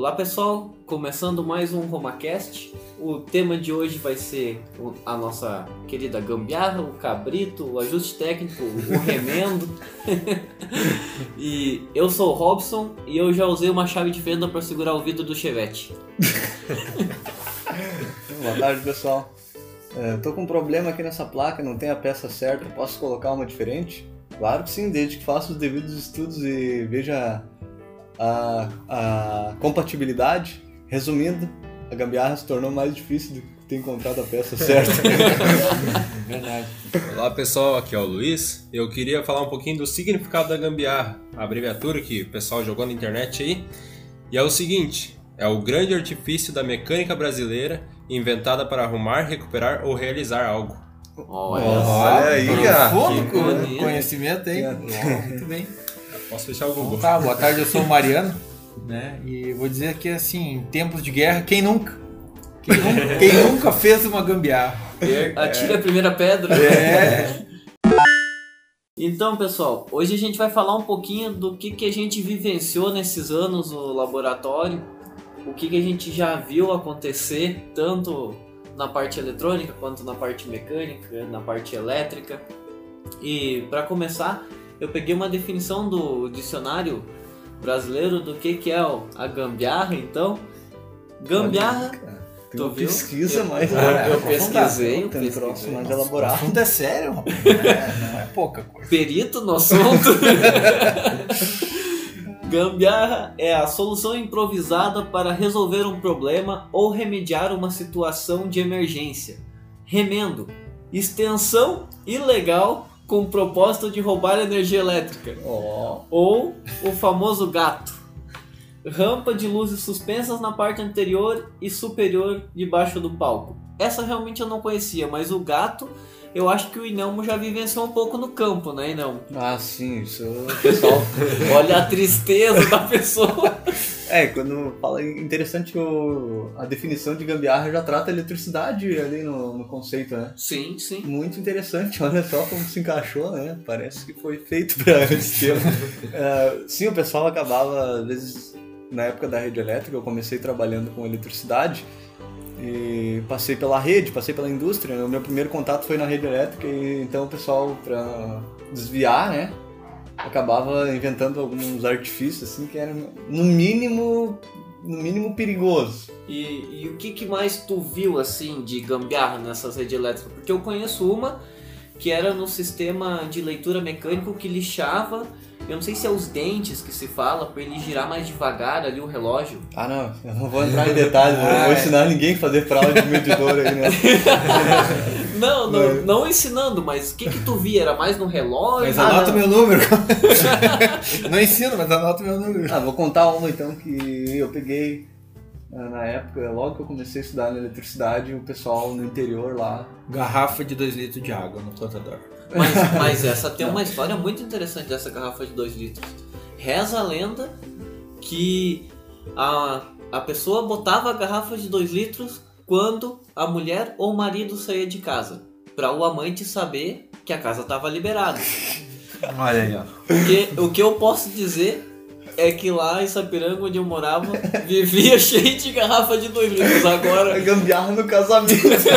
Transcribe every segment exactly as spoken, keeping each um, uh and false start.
Olá pessoal, começando mais um RomaCast. O tema de hoje vai ser a nossa querida gambiarra, o cabrito, o ajuste técnico, o remendo. E eu sou o Robson e eu já usei uma chave de fenda para segurar o vidro do Chevette. Boa tarde pessoal. É, tô com um problema aqui nessa placa, não tem a peça certa, posso colocar uma diferente? Claro que sim, desde que faça os devidos estudos e veja a, a compatibilidade. Resumindo, a gambiarra se tornou mais difícil de ter encontrado a peça certa. Verdade. Olá pessoal, aqui é o Luiz. Eu queria falar um pouquinho do significado da gambiarra, a abreviatura que o pessoal jogou na internet aí. E é o seguinte, é o grande artifício da mecânica brasileira inventada para arrumar, recuperar ou realizar algo. Olha, Olha aí, cara. Profundo conhecimento, hein? Muito bem. Posso fechar o Google. Então, tá, boa tarde, eu sou o Mariano, né? E vou dizer que assim, em tempos de guerra, quem nunca? Quem nunca, quem nunca fez uma gambiarra? atire é. a primeira pedra. É. Então, pessoal, hoje a gente vai falar um pouquinho do que, que a gente vivenciou nesses anos no laboratório, o que, que a gente já viu acontecer, tanto na parte eletrônica quanto na parte mecânica, na parte elétrica. E para começar, eu peguei uma definição do dicionário brasileiro do que, que é a gambiarra. Então, gambiarra... Tu pesquisa eu, mais, eu, né? eu pesquisei, eu tem um troço pesquisei. mais elaborado. O assunto é sério, rapaz. É, não é pouca coisa. Perito no assunto. Gambiarra é a solução improvisada para resolver um problema ou remediar uma situação de emergência. Remendo, extensão ilegal com o propósito de roubar energia elétrica. Oh. Ou o famoso gato. Rampa de luzes suspensas na parte anterior e superior debaixo do palco. Essa realmente eu não conhecia, mas o gato, eu acho que o Inelmo já vivenciou um pouco no campo, né, Inelmo? Ah, sim, isso, pessoal. Olha a tristeza da pessoa. É, quando fala interessante o, a definição de gambiarra já trata a eletricidade ali no, no conceito, né? Sim, sim. Muito interessante, olha só como se encaixou, né? Parece que foi feito para esse tema. uh, sim, o pessoal acabava, às vezes, na época da rede elétrica, eu comecei trabalhando com eletricidade e passei pela rede, passei pela indústria. O meu primeiro contato foi na rede elétrica e então o pessoal, para desviar, né, acabava inventando alguns artifícios assim que eram no mínimo, no mínimo perigoso. E, e o que, que mais tu viu assim de gambiarra nessas redes elétricas? Porque eu conheço uma que era no sistema de leitura mecânico que lixava, eu não sei se é os dentes que se fala, para ele girar mais devagar ali o relógio. Ah não, eu não vou entrar em detalhes, ah, não vou ensinar ninguém a fazer fraude de medidor aí, né? Não, não, não ensinando, mas o que que tu via? Era mais no relógio? Mas anota ah, meu número. Não ensino, mas anota meu número. Ah, vou contar uma então que eu peguei na época, logo que eu comecei a estudar na eletricidade, o pessoal no interior lá... Garrafa de dois litros de água no contador. Mas, mas essa tem uma história muito interessante dessa garrafa de dois litros. Reza a lenda que a, a pessoa botava a garrafa de dois litros quando a mulher ou o marido saía de casa, para o amante saber que a casa estava liberada. Olha aí, ó. Porque o que eu posso dizer é que lá em Sapiranga, onde eu morava, vivia cheio de garrafa de dois litros. Agora... gambiarra no casamento.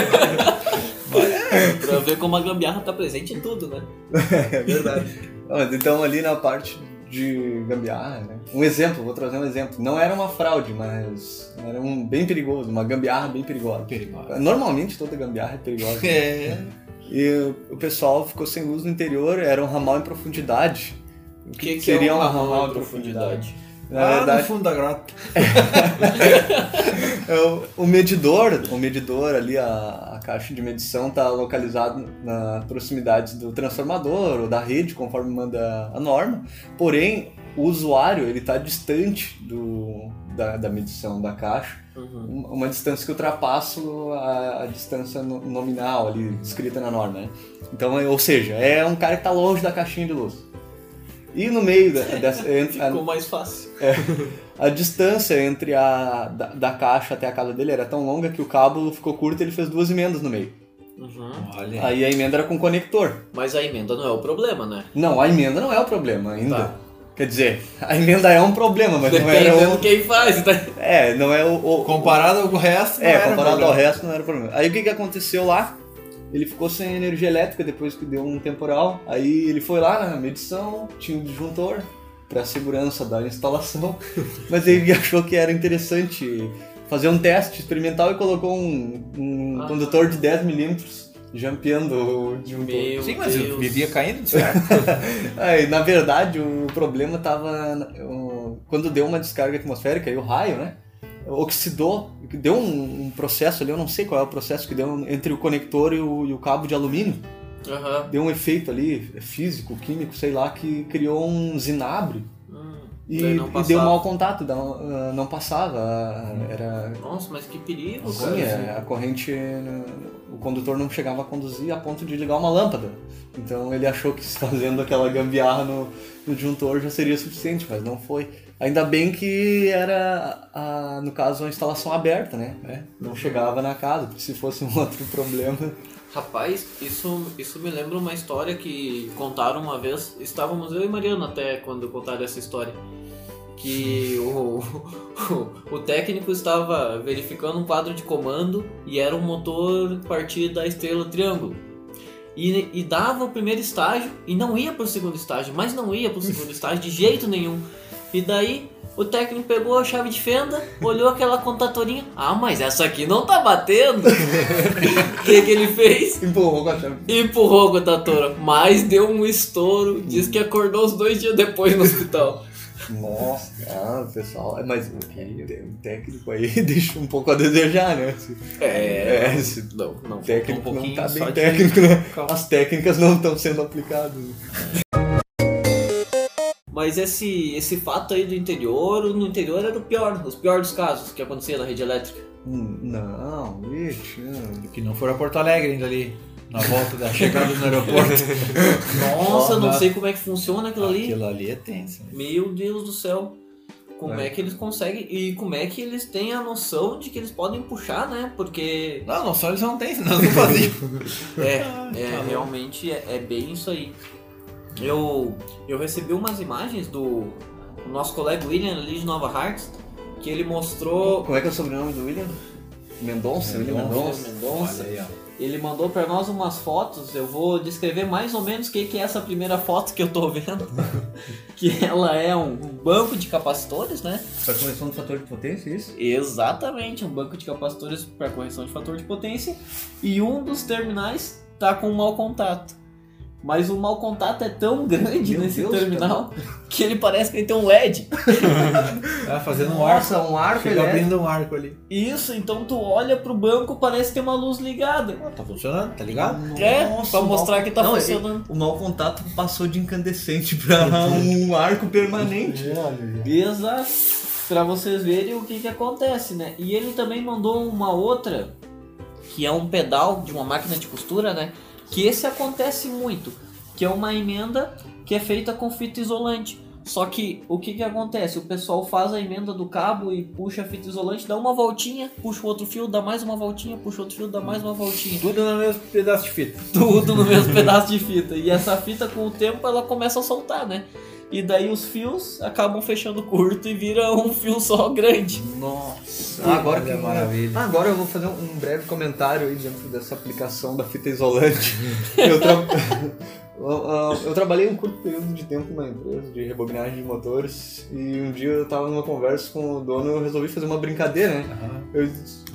Pra ver como a gambiarra tá presente em tudo, né? É verdade. Então ali na parte de gambiarra, né? Um exemplo, vou trazer um exemplo. Não era uma fraude, mas era um bem perigoso, uma gambiarra bem perigosa. Perigosa. Normalmente toda gambiarra é perigosa. É. E o pessoal ficou sem luz no interior, era um ramal em profundidade. O que, que seria é um ramal, ramal em profundidade? profundidade? Na ah, verdade, no fundo da grota. o, o medidor, o medidor ali, a, a caixa de medição está localizado nas proximidades do transformador ou da rede, conforme manda a norma. Porém, o usuário ele está distante do, da, da medição da caixa, uhum. uma distância que ultrapassa a, a distância nominal ali descrita na norma, né? Então, ou seja, é um cara que está longe da caixinha de luz. E no meio da, dessa... Ficou mais fácil. É, a distância entre a da, da caixa até a casa dele era tão longa que o cabo ficou curto e ele fez duas emendas no meio. Uhum. Olha. Aí a emenda era com conector. Mas a emenda não é o problema, né? Não, a emenda não é o problema ainda. Tá. Quer dizer, a emenda é um problema, mas não Dependendo era o... quem faz, né? É, não é o... o- Comparado ao resto, não É, era comparado problema. ao resto não era problema. Aí o que que aconteceu lá? Ele ficou sem energia elétrica depois que deu um temporal. Aí ele foi lá na medição, tinha um disjuntor para segurança da instalação, mas ele achou que era interessante fazer um teste experimental e colocou um, um Ah. condutor de dez milímetros jampeando o disjuntor. Meu Sim, mas eu Deus. vivia caindo de certo. Aí, na verdade, o problema estava quando deu uma descarga atmosférica e o raio, né? Oxidou, deu um, um processo ali, eu não sei qual é o processo que deu entre o conector e o, e o cabo de alumínio. Aham. Deu um efeito ali, físico, químico, sei lá, que criou um zinabre Hum, e, daí não e passava. deu mau contato, não, ah, não passava. ah, Era Nossa, mas que perigo, assim, cara. é, a corrente, né, o condutor não chegava a conduzir a ponto de ligar uma lâmpada. Então ele achou que fazendo aquela gambiarra no, no disjuntor já seria suficiente, mas não foi. Ainda bem que era, a, no caso, uma instalação aberta, né? Não chegava na casa, porque se fosse um outro problema... Rapaz, isso, isso me lembra uma história que contaram uma vez. Estávamos eu e Mariana até quando contaram essa história. Que o, o, o técnico estava verificando um quadro de comando e era um motor partir da estrela triângulo. E, e dava o primeiro estágio e não ia pro segundo estágio, mas não ia pro segundo estágio de jeito nenhum. E daí o técnico pegou a chave de fenda, olhou aquela contatorinha. Ah, mas essa aqui não tá batendo. O que que ele fez? Empurrou com a chave. Empurrou a contatora, mas deu um estouro. Diz que acordou uns dois dias depois no hospital. Nossa, ah, pessoal, mas o o técnico aí deixa um pouco a desejar, né? É, É, esse não, não, O técnico faltou um não pouquinho tá só bem de- técnico, né? As técnicas não estão sendo aplicadas. Mas esse, esse fato aí do interior, no interior era o pior, os piores dos casos que acontecia na rede elétrica. Hum, Não, ixi, não. Que não for a Porto Alegre ainda ali, na volta da chegada no aeroporto. Nossa, não Nossa. sei como é que funciona aquilo ali. Aquilo ali é tenso. né? Meu Deus do céu. Como é. É. que eles conseguem e como é que eles têm a noção de que eles podem puxar, né? Porque Não, não só eles não têm, senão não faziam. é, Ah, é tá bom. realmente é, é bem isso aí. Eu, eu recebi umas imagens do nosso colega William ali de Nova Hartz, que ele mostrou Como é que é o sobrenome do William? Mendonça? William Mendonça? Mendonça. Olha aí, ó. Ele mandou pra nós umas fotos, eu vou descrever mais ou menos o que, que é essa primeira foto que eu tô vendo. Que ela é um banco de capacitores, né? Para correção do fator de potência, é isso? Exatamente, um banco de capacitores para correção de fator de potência. E um dos terminais tá com um mau contato. Mas o mau contato é tão grande Meu nesse Deus, terminal que ele parece que ele tem um L E D. Tá fazendo um arco. Nossa, um arco Fica elétrico. abrindo um arco ali. Isso, então tu olha pro banco, parece ter uma luz ligada. Ah, tá funcionando, tá ligado? É, Nossa, pra o mostrar mau- que tá Não, funcionando. O mau contato passou de incandescente para um arco permanente. Exato. Pra vocês verem o que que acontece, né? E ele também mandou uma outra, que é um pedal de uma máquina de costura, né? Que esse acontece muito, que é uma emenda que é feita com fita isolante. Só que o que que acontece? O pessoal faz a emenda do cabo e puxa a fita isolante, dá uma voltinha, puxa o outro fio, dá mais uma voltinha, puxa outro fio, dá mais uma voltinha. Tudo no mesmo pedaço de fita. Tudo no mesmo pedaço de fita. E essa fita, com o tempo, ela começa a soltar, né? E daí os fios acabam fechando curto e vira um fio só grande. Nossa, ah, agora que Olha, maravilha. Ah, agora eu vou fazer um breve comentário aí dentro dessa aplicação da fita isolante. eu, tra... eu, eu trabalhei um curto período de tempo numa empresa de rebobinagem de motores e um dia eu tava numa conversa com o dono e eu resolvi fazer uma brincadeira, né? Eu,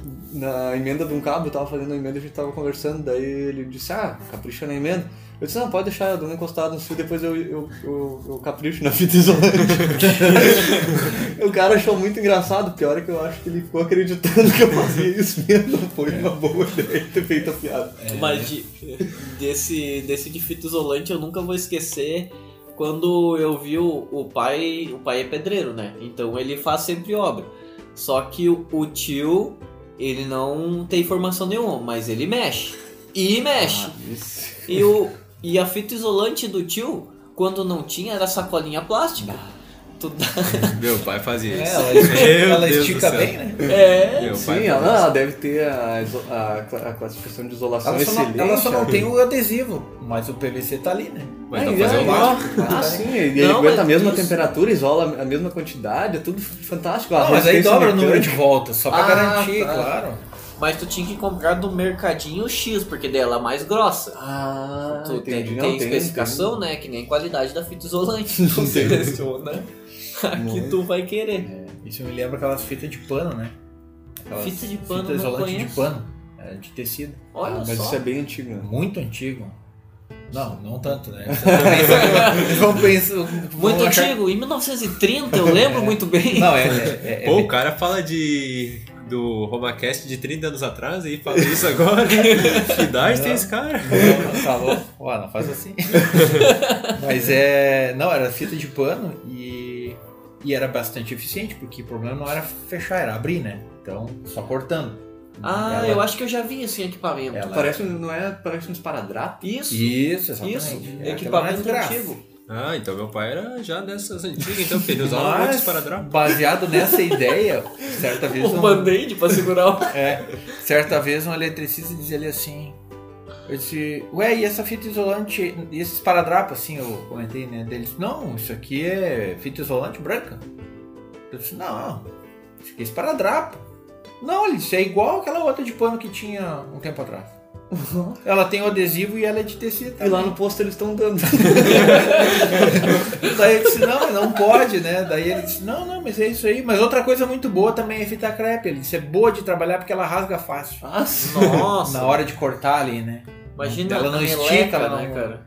na emenda de um cabo, eu tava fazendo a emenda e a gente tava conversando, daí ele disse, ah, capricha na emenda. Eu disse, não, pode deixar, eu dou uma encostada no fio, depois eu, eu, eu, eu capricho na fita isolante. O cara achou muito engraçado, pior é que eu acho que ele ficou acreditando que eu fazia isso mesmo, não foi uma boa ideia ter feito a piada. Mas de- desse, desse de fita isolante eu nunca vou esquecer quando eu vi o, o pai. O pai é pedreiro, né? Então ele faz sempre obra. Só que o, o tio, ele não tem formação nenhuma, mas ele mexe. E mexe. Ah, isso. E, o, e a fita isolante do tio, quando não tinha, era sacolinha plástica. tu dá... Meu pai fazia É, isso. ela estica, Meu ela Deus do estica céu. bem, né? É, Meu Sim, pai ela, fazia ela deve ter a, iso- a cla- a classificação de isolação Ela só, não, excelente. ela só não ó. tem o adesivo, mas o P V C tá ali, né? Mas Ah, dá e pra fazer é, o ó, básico. Ah, sim, e ele Não, aguenta a mas mesma isso- temperatura, isola a mesma quantidade, é tudo fantástico. A Não, mas aí resistência dobra o número de mecânica. voltas, só pra Ah, garantir, tá. claro. mas tu tinha que comprar do mercadinho X, porque dela é mais grossa. Ah, Tu tem, entendi. tem Não, especificação, né? Que nem qualidade da fita isolante. Tu seleciona a que Muito. tu vai querer. Isso me lembra aquelas fitas de pano, né? Aquelas Fita de pano, fita não isolante de conheço. pano, é, de tecido. Olha Mas só. isso é bem antigo, né? Muito antigo. Não, não tanto, né? Eles vão pensar. vão Muito achar- antigo, em mil novecentos e trinta, eu lembro muito bem. Não, é. é, é, Pô, é o cara fala de do RomaCast de trinta anos atrás e fala isso agora. Que idade tem esse cara? Não, tá louco. Ó, não faz assim. Mas é. Não, era fita de pano e. E era bastante eficiente, porque o problema não era fechar, era abrir, né? Então, só cortando. Ah, Ela- eu acho que eu já vi esse equipamento. Ela- Parece, não é, parece um esparadrapo? Isso, Isso, exatamente. isso. É aquela Equipamento desgraça. antigo. Ah, então meu pai era já dessas antigas, então, porque ele usava Mas, muitos esparadrapo. baseado nessa ideia, certa vez Um um, band-aid pra segurar o... é, certa vez um eletricista dizia ali assim, eu disse, ué, e essa fita isolante, e esse esparadrapo, assim, eu comentei, né, deles, não, isso aqui é fita isolante branca. Eu disse, não, isso aqui é esparadrapo. Não, ele disse, é igual aquela outra de pano que tinha um tempo atrás. Ela tem o adesivo e ela é de tecido E também. lá no posto eles estão dando. Daí eu disse, não, não pode, né? Daí ele disse, não, não, mas é isso aí. Mas outra coisa muito boa também é fita crepe. Ele disse, é boa de trabalhar porque ela rasga fácil. Ah, sim. Nossa, Na hora de cortar ali, né? imagina ela não a estica, meleca, ela né, não- cara?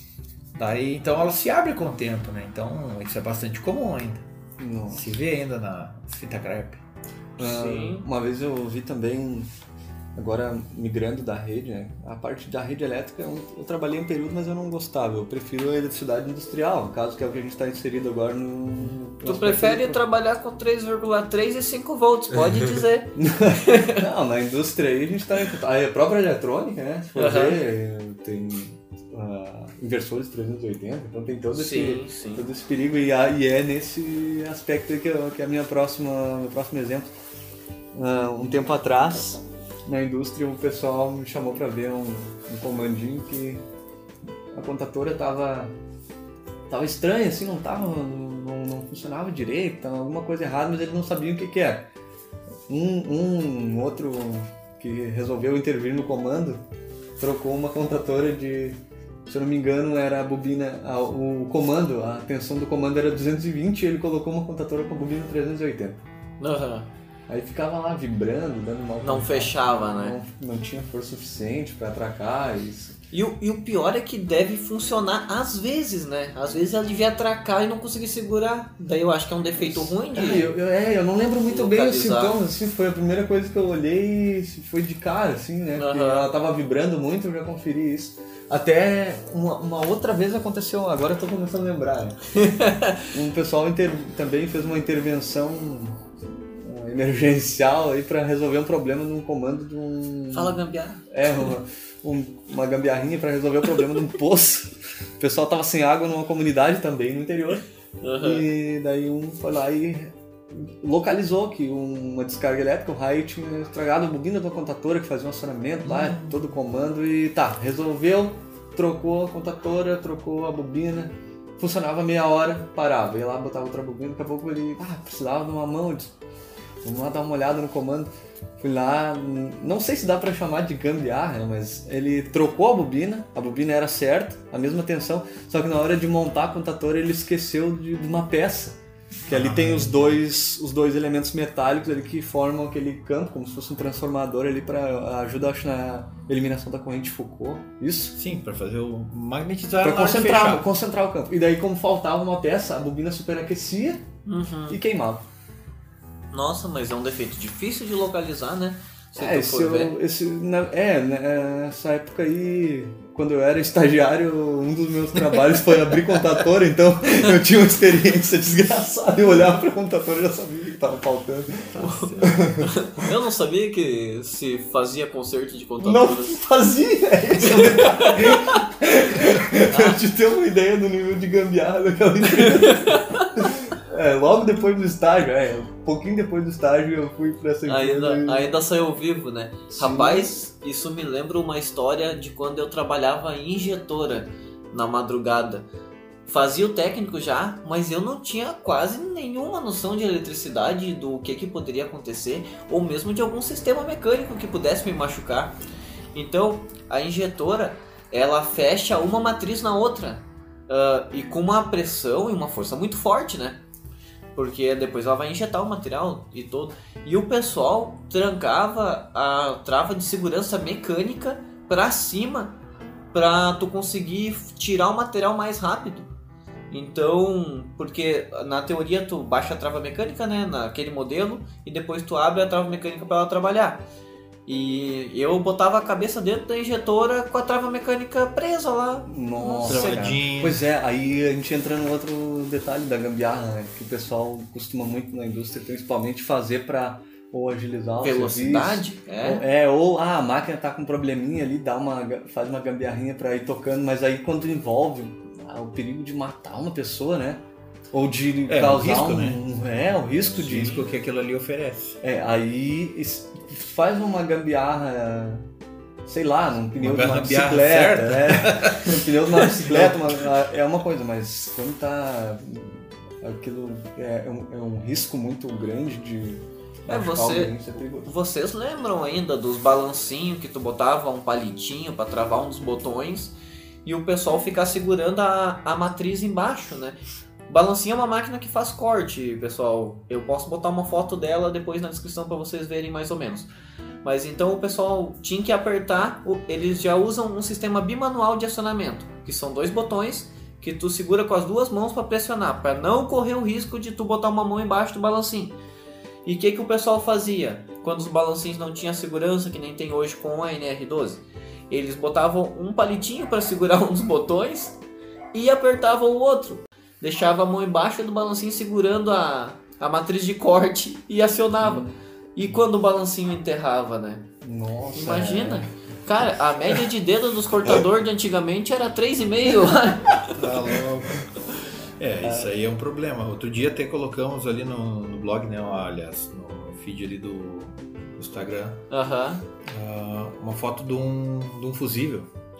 Daí, então ela se abre com o tempo, né? Então isso é bastante comum ainda. Nossa. Se vê ainda na fita crepe. Ah, Sim. uma vez eu vi também, agora migrando da rede, né? A parte da rede elétrica eu, eu trabalhei um período, mas eu não gostava. Eu prefiro a eletricidade industrial, no caso que é o que a gente está inserido agora no... no Tu aspecto prefere do- trabalhar com três vírgula três e cinco volts, pode dizer. Não, na indústria aí a gente está... A própria eletrônica, né? Se for Aham. ver, tem ah, inversores trezentos e oitenta, então tem todo esse... Sim, sim. todo esse perigo e, a- e é nesse aspecto aí que, eu, que é a minha próxima, meu próximo exemplo. Ah, um tempo atrás, na indústria, o pessoal me chamou para ver um, um comandinho que a contatora tava, tava estranha, assim, não, tava, não, não funcionava direito, tava alguma coisa errada, mas eles não sabiam o que que era. Um, um outro que resolveu intervir no comando trocou uma contatora de... Se eu não me engano, era a bobina, a- o comando, a tensão do comando era duzentos e vinte e ele colocou uma contatora com a bobina trezentos e oitenta. Aham. Aí ficava lá vibrando, dando mal. Não fechava, né? Não, não tinha força suficiente pra atracar isso. E o, e o pior é que deve funcionar às vezes, né? Às vezes ela devia atracar e não conseguir segurar. Daí eu acho que é um defeito ruim de... Ah, eu, eu, é, eu não lembro muito bem os localizar. sintomas, assim, foi a primeira coisa que eu olhei e foi de cara, assim, né? Porque Aham. ela tava vibrando muito, eu já conferi isso. Até uma, uma outra vez aconteceu, agora eu tô começando a lembrar. Né? Um pessoal inter, também fez uma intervenção uh, emergencial aí pra resolver um problema num comando de um... Fala, gambiarra. É, uma, um- uma gambiarrinha pra resolver o problema de um poço. O pessoal tava sem água numa comunidade também no interior. Aham. E daí um foi lá e localizou que uma descarga elétrica, o raio tinha estragado a bobina da contatora que fazia um acionamento lá, todo o comando e tá, resolveu, trocou a contatora, trocou a bobina, funcionava meia hora, parava, ia lá, botava outra bobina, daqui a pouco ele, ah, precisava de uma mão, eu disse, vamos lá dar uma olhada no comando. Fui lá, não sei se dá pra chamar de gambiarra, né, mas ele trocou a bobina, a bobina era certa, a mesma tensão, só que na hora de montar a contatora ele esqueceu de, de uma peça. Que ali tem os dois, os dois elementos metálicos ali que formam aquele campo, como se fosse um transformador ali para ajudar, acho, na eliminação da corrente Foucault. Isso? Sim, pra fazer o magnetizar Para na hora de concentrar, fechar. concentrar o campo. E daí, como faltava uma peça, a bobina superaquecia Uhum. e queimava. Nossa, mas é um defeito difícil de localizar, né? Se É, tu esse, for eu- ver. esse, na- é, né, nessa época aí, quando eu era estagiário, um dos meus trabalhos foi abrir contatora, então eu tinha uma experiência desgraçada. Eu olhava para a contatora e já sabia o que estava faltando. Eu não sabia que se fazia conserto de Não contadoras. fazia, esse é o detalhe. Pra te ter uma ideia do nível de gambiarra daquela empresa. É, logo depois do estágio, é, um pouquinho depois do estágio eu fui pra essa empresa. Ainda, e... ainda saiu vivo, né? Sim. Rapaz, isso me lembra uma história de quando eu trabalhava em injetora na madrugada. Fazia o técnico já, mas eu não tinha quase nenhuma noção de eletricidade, do que, que poderia acontecer, ou mesmo de algum sistema mecânico que pudesse me machucar. Então, a injetora, ela fecha uma matriz na outra, uh, e com uma pressão e uma força muito forte, né? Porque depois ela vai injetar o material e todo. E o pessoal trancava a trava de segurança mecânica pra cima, pra tu conseguir tirar o material mais rápido. Então, porque na teoria tu baixa a trava mecânica, né, naquele modelo, e depois tu abre a trava mecânica para ela trabalhar. E eu botava a cabeça dentro da injetora com a trava mecânica presa lá. Nossa, Travadinho. pois é, aí a gente entra no outro detalhe da gambiarra, né, que o pessoal costuma muito na indústria, principalmente fazer para ou agilizar o Velocidade, serviço, é. Ou, é, ou ah, a máquina tá com um probleminha ali, dá uma, faz uma gambiarrinha para ir tocando, mas aí quando envolve o perigo de matar uma pessoa, né? Ou de É, causar o risco, um, né? É, o risco O de... risco que aquilo ali oferece. É, aí es- faz uma gambiarra, sei lá, num pneu Uma de uma gambiarra bicicleta, certa. né? Num pneu de uma bicicleta uma- é uma coisa, mas quando tá... Aquilo é, é um, é um risco muito grande de... É, machucar você- alguém, isso é perigoso. Vocês lembram ainda dos balancinhos que tu botava um palitinho para travar um dos botões e o pessoal ficar segurando a, a matriz embaixo, né? Balancinho é uma máquina que faz corte, pessoal. Eu posso botar uma foto dela depois na descrição para vocês verem mais ou menos. Mas então o pessoal tinha que apertar, o- eles já usam um sistema bimanual de acionamento, que são dois botões que tu segura com as duas mãos para pressionar, para não correr o risco de tu botar uma mão embaixo do balancinho. E o que, que o pessoal fazia quando os balancinhos não tinham segurança, que nem tem hoje com a N R doze? Eles botavam um palitinho para segurar um dos botões e apertavam o outro. Deixava a mão embaixo do balancinho segurando a, a matriz de corte e acionava. E quando o balancinho enterrava, né? Nossa, Imagina. Cara, a média de dedo dos cortadores de antigamente era três vírgula cinco. Tá louco. É, isso aí é um problema. Outro dia até colocamos ali no, no blog, né? Aliás, no feed ali do, do Instagram, Aham. ah, uma foto de um, de um fusível.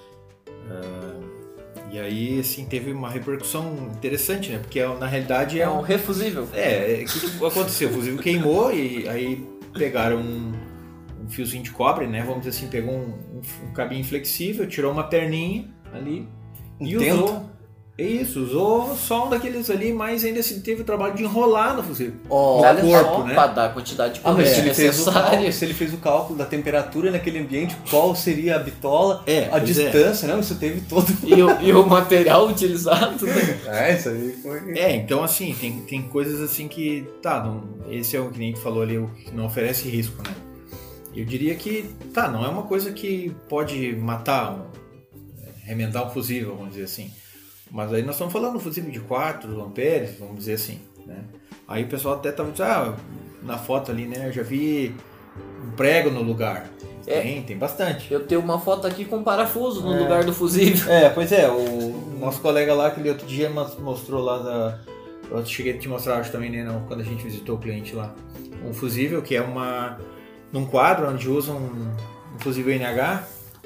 Ah, e aí, assim, teve uma repercussão interessante, né? Porque na realidade é É um um. refusível. É, o que, que aconteceu? O fusível queimou e aí pegaram um, um fiozinho de cobre, né? Vamos dizer assim, pegou um, um, um cabinho flexível, tirou uma perninha ali Um e tento. usou. Isso, usou só um daqueles ali, mas ainda assim teve o trabalho de enrolar no fusível. Ó, No olha corpo, Só né? pra dar a quantidade de Ah, mas se corrente ele, fez o necessária. cálculo, se ele fez o cálculo da temperatura naquele ambiente, qual seria a bitola, É, a pois distância, não? Isso teve todo. E o, e o material utilizado, né? É, isso aí foi. É, então assim, tem, tem coisas assim que, tá, não, esse é o que nem tu falou ali, o que não oferece risco, né? Eu diria que, tá, não é uma coisa que pode matar, um, remendar um fusível, vamos dizer assim. Mas aí nós estamos falando de um fusível de quatro amperes, vamos dizer assim, né? Aí o pessoal até tava dizendo, ah, na foto ali, né, eu já vi um prego no lugar. É. Tem, tem bastante. Eu tenho uma foto aqui com parafuso no É. lugar do fusível. É, pois é, o nosso colega lá, aquele outro dia, mas- mostrou lá, da, eu cheguei a te mostrar acho também, né, não, quando a gente visitou o cliente lá, um fusível que é uma, num quadro onde usam um, um fusível N H,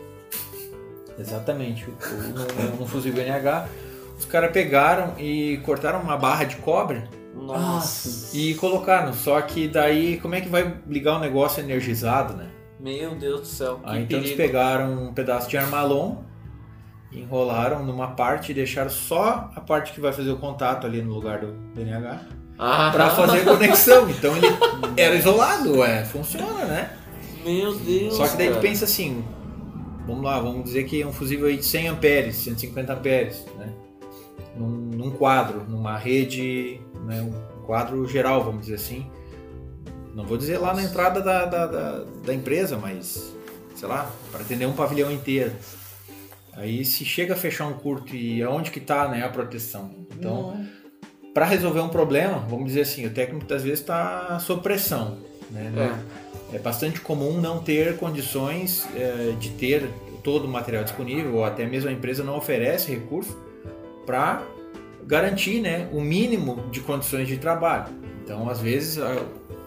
exatamente, um, um, um fusível N H, os caras pegaram e cortaram uma barra de cobre Nossa. e colocaram, só que daí como é que vai ligar o negócio energizado, né? Meu Deus do céu. Que Aí então eles perigo. pegaram um pedaço de armalon, enrolaram numa parte e deixaram só a parte que vai fazer o contato ali no lugar do D N H Ah, para fazer a conexão. Então ele era isolado, é, funciona, né? Meu Deus. Só que daí tu cara. pensa assim, vamos lá, vamos dizer que é um fusível aí de cem amperes, cento e cinquenta amperes, né? Num, num quadro, numa rede, né? Um quadro geral, vamos dizer assim. Não vou dizer lá na entrada da, da, da, da empresa, mas, sei lá, para atender um pavilhão inteiro. Aí se chega a fechar um curto e aonde que está, né, a proteção? Então, para resolver um problema, vamos dizer assim, o técnico às vezes está sob pressão. Né? É. é bastante comum não ter condições é, de ter todo o material disponível, ou até mesmo a empresa não oferece recurso para garantir, né, o mínimo de condições de trabalho. Então, às vezes, a,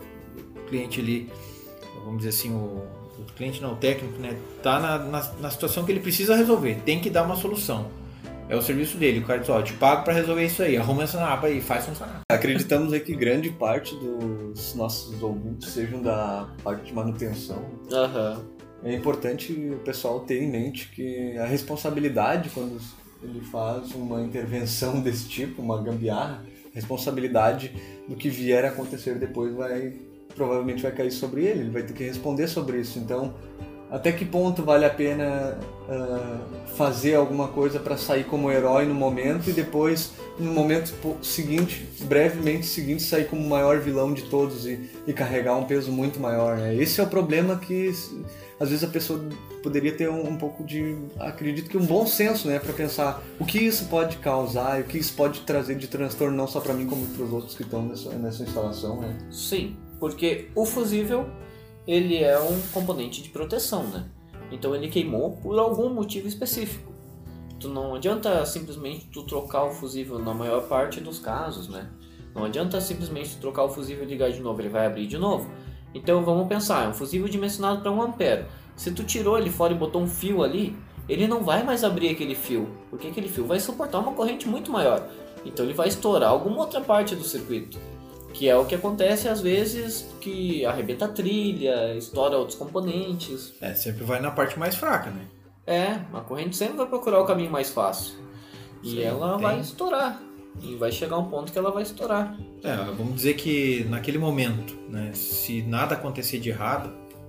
o cliente ali, vamos dizer assim, o, o cliente não, o técnico, né, tá na, na, na situação que ele precisa resolver, tem que dar uma solução. É o serviço dele, o cara diz, ó, eu te pago para resolver isso aí, arruma essa aba aí, faz funcionar. Acreditamos aí que grande parte dos nossos ouvintes sejam da parte de manutenção. Aham. É importante o pessoal ter em mente que a responsabilidade, quando ele faz uma intervenção desse tipo, uma gambiarra, a responsabilidade do que vier a acontecer depois vai, provavelmente vai cair sobre ele, ele vai ter que responder sobre isso. Então, até que ponto vale a pena uh, fazer alguma coisa para sair como herói no momento e depois, no momento seguinte, brevemente seguinte, sair como o maior vilão de todos e, e carregar um peso muito maior, né? Esse é o problema que às vezes a pessoa poderia ter um, um pouco de, acredito que um bom senso, né, para pensar o que isso pode causar e o que isso pode trazer de transtorno não só para mim como para os outros que estão nessa, nessa instalação, né? Sim, porque o fusível ele é um componente de proteção, né? Então ele queimou por algum motivo específico. Tu não adianta simplesmente tu trocar o fusível na maior parte dos casos, né? Não adianta simplesmente tu trocar o fusível e ligar de novo, ele vai abrir de novo. Então vamos pensar, é um fusível dimensionado para um ampere. Se tu tirou ele fora e botou um fio ali, ele não vai mais abrir aquele fio, porque aquele fio vai suportar uma corrente muito maior. Então ele vai estourar alguma outra parte do circuito. Que é o que acontece às vezes, que arrebenta a trilha, estoura outros componentes. É, sempre vai na parte mais fraca, né? É, a corrente sempre vai procurar o caminho mais fácil. E Sim, ela tem. vai estourar. E vai chegar um ponto que ela vai estourar. É, vamos dizer que naquele momento, né, se nada acontecer de errado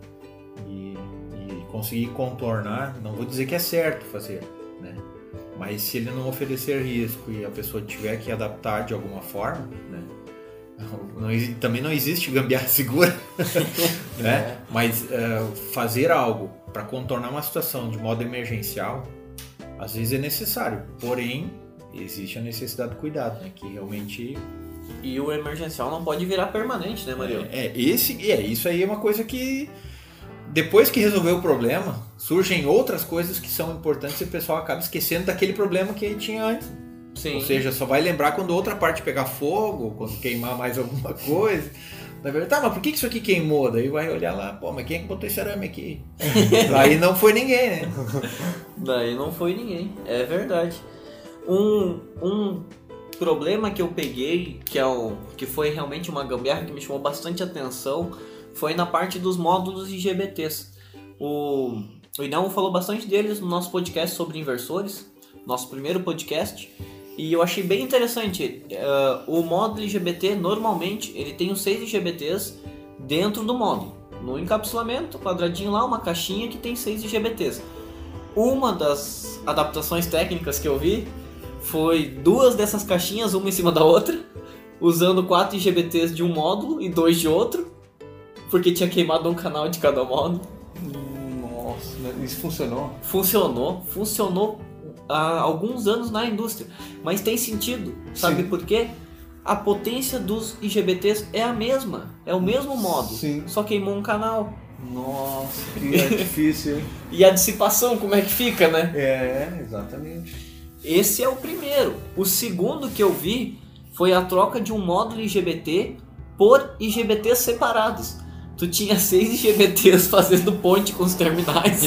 e, e conseguir contornar, não vou dizer que é certo fazer, né? Mas se ele não oferecer risco e a pessoa tiver que adaptar de alguma forma, né? Não, também não existe gambiarra segura, né? Mas uh, fazer algo para contornar uma situação de modo emergencial, às vezes é necessário. Porém, existe a necessidade de cuidado, né? Que realmente... E o emergencial não pode virar permanente, né, Mario? É, é, esse, é, isso aí é uma coisa que, depois que resolveu o problema, surgem outras coisas que são importantes e o pessoal acaba esquecendo daquele problema que tinha antes. Sim. Ou seja, só vai lembrar quando outra parte pegar fogo, quando queimar mais alguma coisa. Na verdade, tá, mas por que isso aqui queimou? Daí vai olhar lá, pô, mas quem é que botou esse arame aqui? Aí não foi ninguém, né? Daí não foi ninguém, é verdade. Um, um problema que eu peguei, que, é o, que foi realmente uma gambiarra que me chamou bastante atenção, foi na parte dos módulos I G B Ts. O, o Inão falou bastante deles no nosso podcast sobre inversores, nosso primeiro podcast. E eu achei bem interessante, uh, o módulo I G B T normalmente ele tem os seis I G B Ts dentro do módulo. No encapsulamento, quadradinho lá, uma caixinha que tem seis I G B Ts. Uma das adaptações técnicas que eu vi foi duas dessas caixinhas, uma em cima da outra, usando quatro I G B Ts de um módulo e dois de outro, porque tinha queimado um canal de cada módulo. Nossa, isso funcionou? Funcionou, funcionou há alguns anos na indústria, mas tem sentido, sabe Sim. por quê? A potência dos I G B Ts é a mesma, é o mesmo módulo, Sim. só queimou um canal. Nossa, que é difícil, hein? E a dissipação, como é que fica, né? É, exatamente. Esse é o primeiro. O segundo que eu vi foi a troca de um módulo I G B T por I G B Ts separados. Tu tinha seis I G B Ts fazendo ponte com os terminais,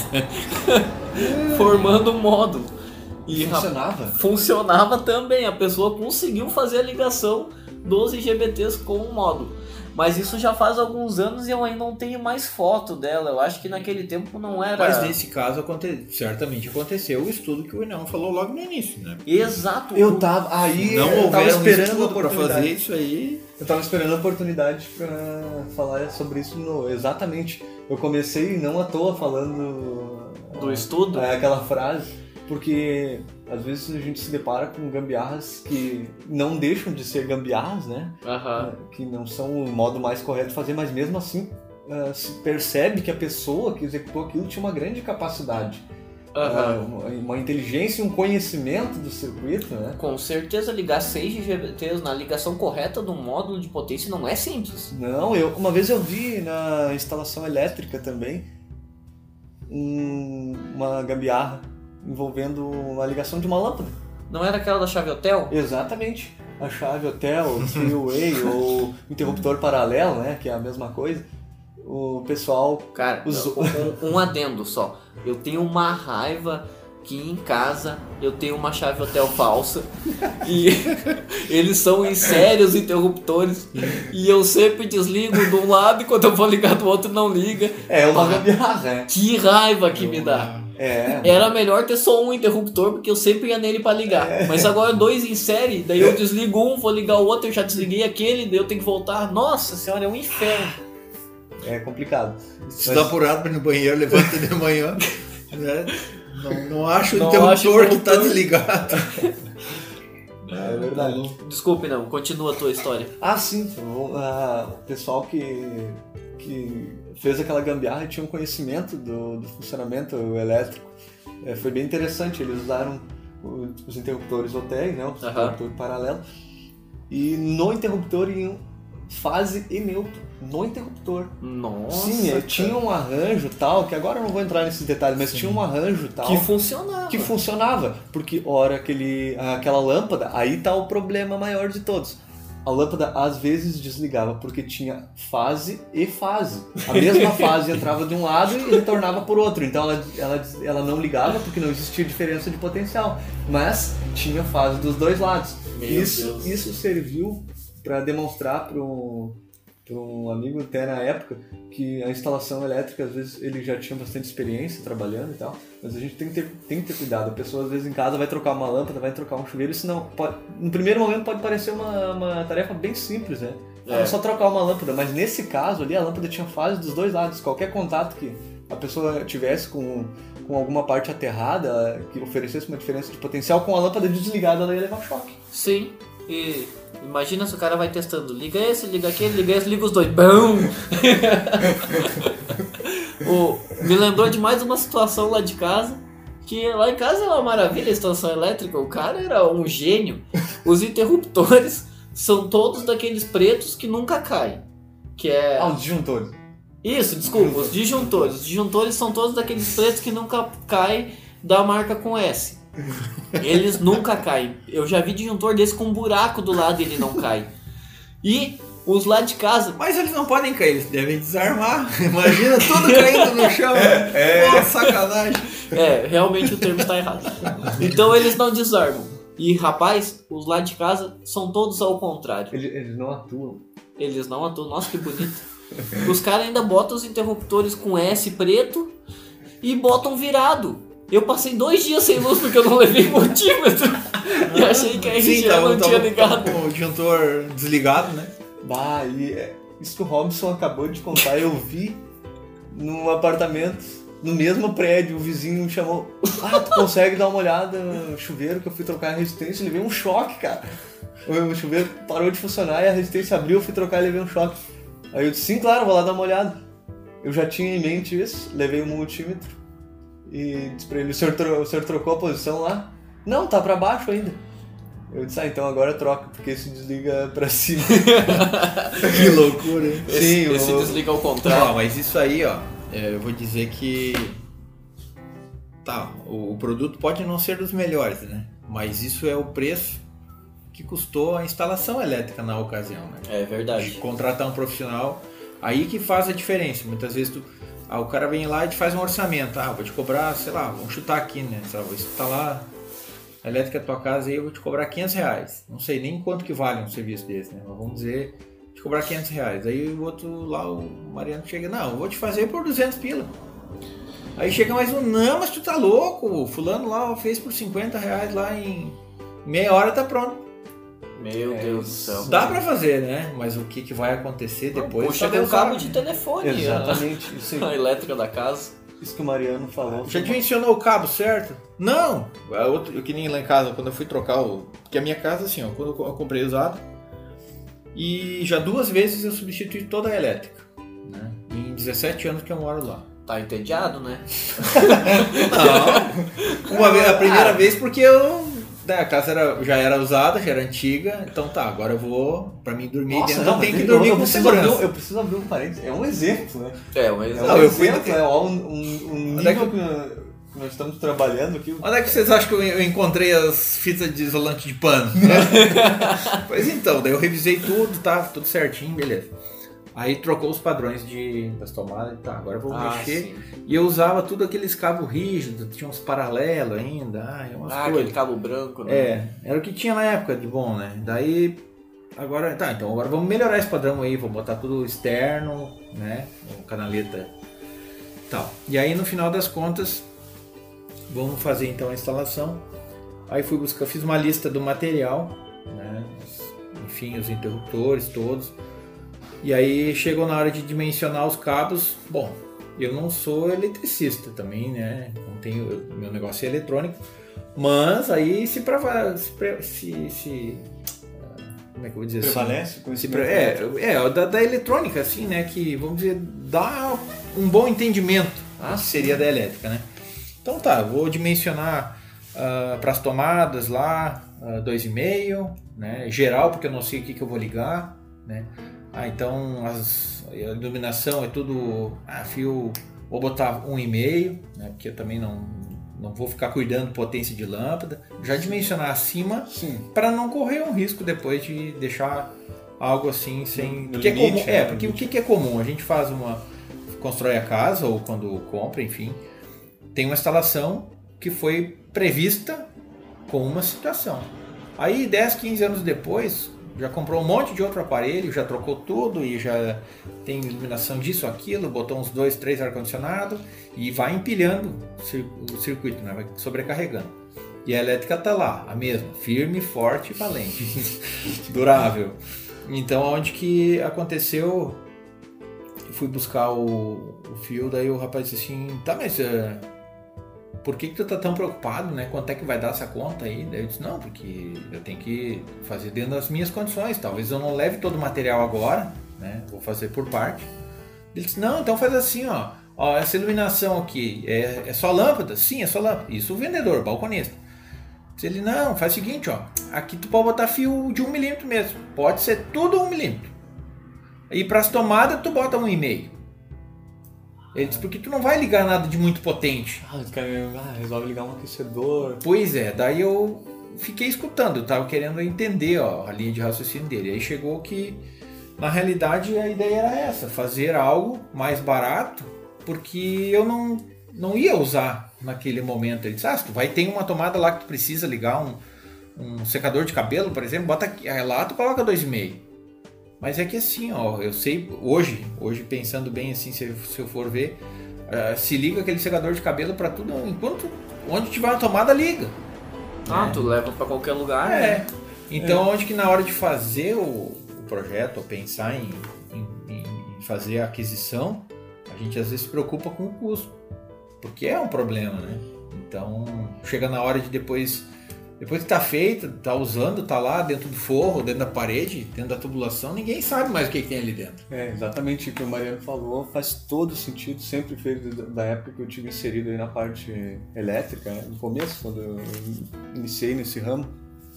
formando um módulo. E funcionava? Funcionava também, a pessoa conseguiu fazer a ligação dos I G B Ts com o módulo. Mas isso já faz alguns anos e eu ainda não tenho mais foto dela. Eu acho que naquele tempo não era... Mas nesse caso, aconte... certamente aconteceu o estudo que o Inão falou logo no início, né? Exato. Eu tava... Aí não eu tava esperando a para oportunidade. fazer isso aí. Eu tava esperando a oportunidade pra falar sobre isso no... Exatamente. Eu comecei não à toa falando... Do estudo? É, aquela frase... Porque às vezes a gente se depara com gambiarras que não deixam de ser gambiarras, né? Uhum. Que não são o modo mais correto de fazer, mas mesmo assim uh, se percebe que a pessoa que executou aquilo tinha uma grande capacidade. Uhum. Uh, uma inteligência e um conhecimento do circuito, né? Com certeza ligar seis I G B Ts na ligação correta de um módulo de potência não é simples. Não, eu, uma vez eu vi na instalação elétrica também um, uma gambiarra envolvendo a ligação de uma lâmpada. Não era aquela da chave hotel? Exatamente. A chave hotel, three-way ou interruptor paralelo, né? Que é a mesma coisa. O pessoal Cara, usou. um, um adendo só. Eu tenho uma raiva que em casa eu tenho uma chave hotel falsa e eles são em sérios interruptores e eu sempre desligo de um lado e quando eu vou ligar do outro não liga. É uma gambiarra, né? Que raiva que me dá. É. Era melhor ter só um interruptor, porque eu sempre ia nele pra ligar. É. Mas agora dois em série, daí eu desligo um, vou ligar o outro, eu já desliguei aquele, daí eu tenho que voltar. Nossa senhora, é um inferno. É complicado. Se Mas... tá apurado pra ir no banheiro, levanta de manhã. Né? Não, não acho o não interruptor acho o que tá desligado. É verdade. Desculpe, não. Continua a tua história. Ah, sim. O, a, o pessoal que... que fez aquela gambiarra e tinha um conhecimento do, do funcionamento elétrico. É, foi bem interessante, eles usaram o, os interruptores hotéis, né, o uhum. interruptor paralelo, e no interruptor iam fase e neutro, no interruptor. Nossa! Sim, é, tinha um arranjo tal, que agora eu não vou entrar nesses detalhes, mas Sim. tinha um arranjo tal... Que funcionava. Que funcionava, porque hora aquele, aquela lâmpada, aí tá o problema maior de todos. A lâmpada às vezes desligava porque tinha fase e fase. A mesma fase entrava de um lado e retornava por outro. Então ela, ela, ela não ligava porque não existia diferença de potencial. Mas tinha fase dos dois lados. Isso, isso serviu para demonstrar para um, um amigo até na época que a instalação elétrica, às vezes, ele já tinha bastante experiência trabalhando e tal. Mas a gente tem que ter, tem que ter cuidado. A pessoa, às vezes, em casa vai trocar uma lâmpada, vai trocar um chuveiro. Isso não pode, no primeiro momento pode parecer uma, uma tarefa bem simples, né? É. é só trocar uma lâmpada. Mas nesse caso ali, a lâmpada tinha fase dos dois lados. Qualquer contato que a pessoa tivesse com, com alguma parte aterrada, que oferecesse uma diferença de potencial, com a lâmpada desligada, ela ia levar choque. Sim. E imagina se o cara vai testando. Liga esse, liga aquele, liga esse, liga os dois. Bum! O, me lembrou de mais uma situação lá de casa, que lá em casa é uma maravilha a instalação elétrica, o cara era um gênio. Os interruptores são todos daqueles pretos que nunca caem. Que é... Ah, os disjuntores. Isso, desculpa, os disjuntores. Os disjuntores são todos daqueles pretos que nunca caem da marca com S. Eles nunca caem. Eu já vi disjuntor desse com um buraco do lado e ele não cai. E... os lá de casa... Mas eles não podem cair, eles devem desarmar. Imagina tudo caindo no chão. É. Nossa, sacanagem. É, realmente o termo está errado. Então eles não desarmam. E, rapaz, os lá de casa são todos ao contrário. Eles, eles não atuam. Eles não atuam. Nossa, que bonito. Os caras ainda botam os interruptores com S preto e botam virado. Eu passei dois dias sem luz porque eu não levei multímetro. E achei que a R G A não tinha ligado. Com o disjuntor desligado, né? Bah, e é, isso que o Robson acabou de contar, eu vi num apartamento, no mesmo prédio, o vizinho me chamou, ah, tu consegue dar uma olhada no chuveiro que eu fui trocar a resistência, e levei um choque, cara. O chuveiro parou de funcionar e a resistência abriu, eu fui trocar e levei um choque. Aí eu disse, sim, claro, vou lá dar uma olhada. Eu já tinha em mente isso, levei um multímetro e disse pra ele, o senhor, tro- o senhor trocou a posição lá? Não, tá pra baixo ainda. Eu disse, ah, então agora troca, porque esse desliga pra cima. Que loucura, hein? Esse, Sim, esse o... desliga ao contrário. Ó, mas isso aí, ó, é, eu vou dizer que... Tá, o, o produto pode não ser dos melhores, né? Mas isso é o preço que custou a instalação elétrica na ocasião, né? É verdade. De contratar um profissional, aí que faz a diferença. Muitas vezes tu... Ah, o cara vem lá e te faz um orçamento. Ah, vou te cobrar, sei lá, vamos chutar aqui, né? Sei lá, vou instalar... a elétrica da tua casa aí eu vou te cobrar quinhentos reais. Não sei nem quanto que vale um serviço desse, né? Mas vamos dizer, te cobrar quinhentos reais. Aí o outro lá, o Mariano chega, não, eu vou te fazer por duzentos pila. Aí chega mais um, não, mas tu tá louco, o fulano lá fez por cinquenta reais lá em meia hora, tá pronto. Meu é, Deus do céu. Dá pra fazer, né? Mas o que, que vai acontecer depois... Puxa um cabo de telefone. Exatamente. A, isso a elétrica da casa. Isso que o Mariano falou. Já dimensionou o cabo, certo? Não! Outro, eu que nem lá em casa, quando eu fui trocar o... Porque a minha casa, assim, ó, quando eu comprei usado, e já duas vezes eu substituí toda a elétrica, né? Em dezessete anos que eu moro lá. Tá entediado, né? Não. Uma vez, a primeira ah. vez porque eu... A casa era, já era usada, já era antiga, então tá, agora eu vou, pra mim dormir Nossa, dentro, não, não tem que eu, dormir eu com preciso segurança. Abrir, eu preciso abrir um parênteses, é um exemplo, né? É um exemplo. É um não, exemplo, eu fui... é um, um, um nível que... nós estamos trabalhando aqui. Onde é que vocês acham que eu eu encontrei as fitas de isolante de pano? Pois então, daí eu revisei tudo, tá tudo certinho, beleza. Aí trocou os padrões de, das tomadas, tá, agora eu vou Ah, mexer. sim. E eu usava tudo aqueles cabos rígidos, tinha uns paralelos ainda, ai, umas Ah, coisas. aquele cabo branco, né? É, era o que tinha na época de bom, né? Daí, agora, tá, então agora vamos melhorar esse padrão aí, vou botar tudo externo, né? Com canaleta e tal. E aí no final das contas, vamos fazer então a instalação. Aí fui buscar, fiz uma lista do material, né? Enfim, os interruptores todos. E aí chegou na hora de dimensionar os cabos. Bom, eu não sou eletricista também, né? Não tenho, meu negócio é eletrônico. Mas aí se preva, se, pre- se, se como é que eu vou dizer Prevalece assim? com Se esse pre- é, é da, da eletrônica assim, né? Que vamos dizer dá um bom entendimento. Ah, que seria da elétrica, né? Então tá, vou dimensionar para as tomadas lá uh, dois e meio, né? Geral porque eu não sei o que, que eu vou ligar, né? Ah, então as, a iluminação é tudo ah, fio, vou botar um e meio, né? Porque eu também não, não vou ficar cuidando potência de lâmpada. Já dimensionar acima Sim. para não correr um risco depois de deixar algo assim sem... No Porque é limite, comum, né? é, porque o que, que é comum? A gente faz uma... constrói a casa ou quando compra, enfim, tem uma instalação que foi prevista com uma situação. Aí dez, quinze anos depois... já comprou um monte de outro aparelho, já trocou tudo e já tem iluminação disso, aquilo, botou uns dois, três ar-condicionado e vai empilhando o circuito, né? Vai sobrecarregando. E a elétrica tá lá, a mesma, firme, forte e valente, durável. Então, onde que aconteceu, eu fui buscar o, o fio, daí o rapaz disse assim, tá, mas... Uh, por que que tu tá tão preocupado, né? Quanto é que vai dar essa conta aí? Daí eu disse, não, porque eu tenho que fazer dentro das minhas condições. Talvez eu não leve todo o material agora, né? Vou fazer por parte. Ele disse, não, então faz assim, ó. Ó, essa iluminação aqui, é, é só lâmpada? Sim, é só lâmpada. Isso o vendedor, o balconista. Disse ele, não, faz o seguinte, ó. Aqui tu pode botar fio de um milímetro mesmo. Pode ser tudo um milímetro. E para as tomadas tu bota um e meio. Ele disse, porque tu não vai ligar nada de muito potente. Ah, os caras ah, resolve ligar um aquecedor. Pois é, daí eu fiquei escutando, eu tava querendo entender ó, a linha de raciocínio dele. Aí chegou que, na realidade, a ideia era essa, fazer algo mais barato, porque eu não, não ia usar naquele momento. Ele disse, ah, se tu vai ter uma tomada lá que tu precisa ligar um, um secador de cabelo, por exemplo, bota aqui, aí lá tu coloca dois e meio. Mas é que assim, ó, eu sei, hoje, hoje pensando bem assim, se, se eu for ver, uh, se liga aquele secador de cabelo para tudo, enquanto, onde tiver uma tomada, liga. Ah, É. tu leva pra qualquer lugar, É. né? Então, onde que na hora de fazer o, o projeto, ou pensar em, em, em fazer a aquisição, a gente às vezes se preocupa com o custo, porque é um problema, né? Então, chega na hora de depois... Depois que tá feito, tá usando, tá lá dentro do forro, dentro da parede, dentro da tubulação, ninguém sabe mais o que, que tem ali dentro. É, exatamente o que o Mariano falou, faz todo sentido, sempre fez da época que eu tive inserido aí na parte elétrica, né? No começo, quando eu iniciei nesse ramo.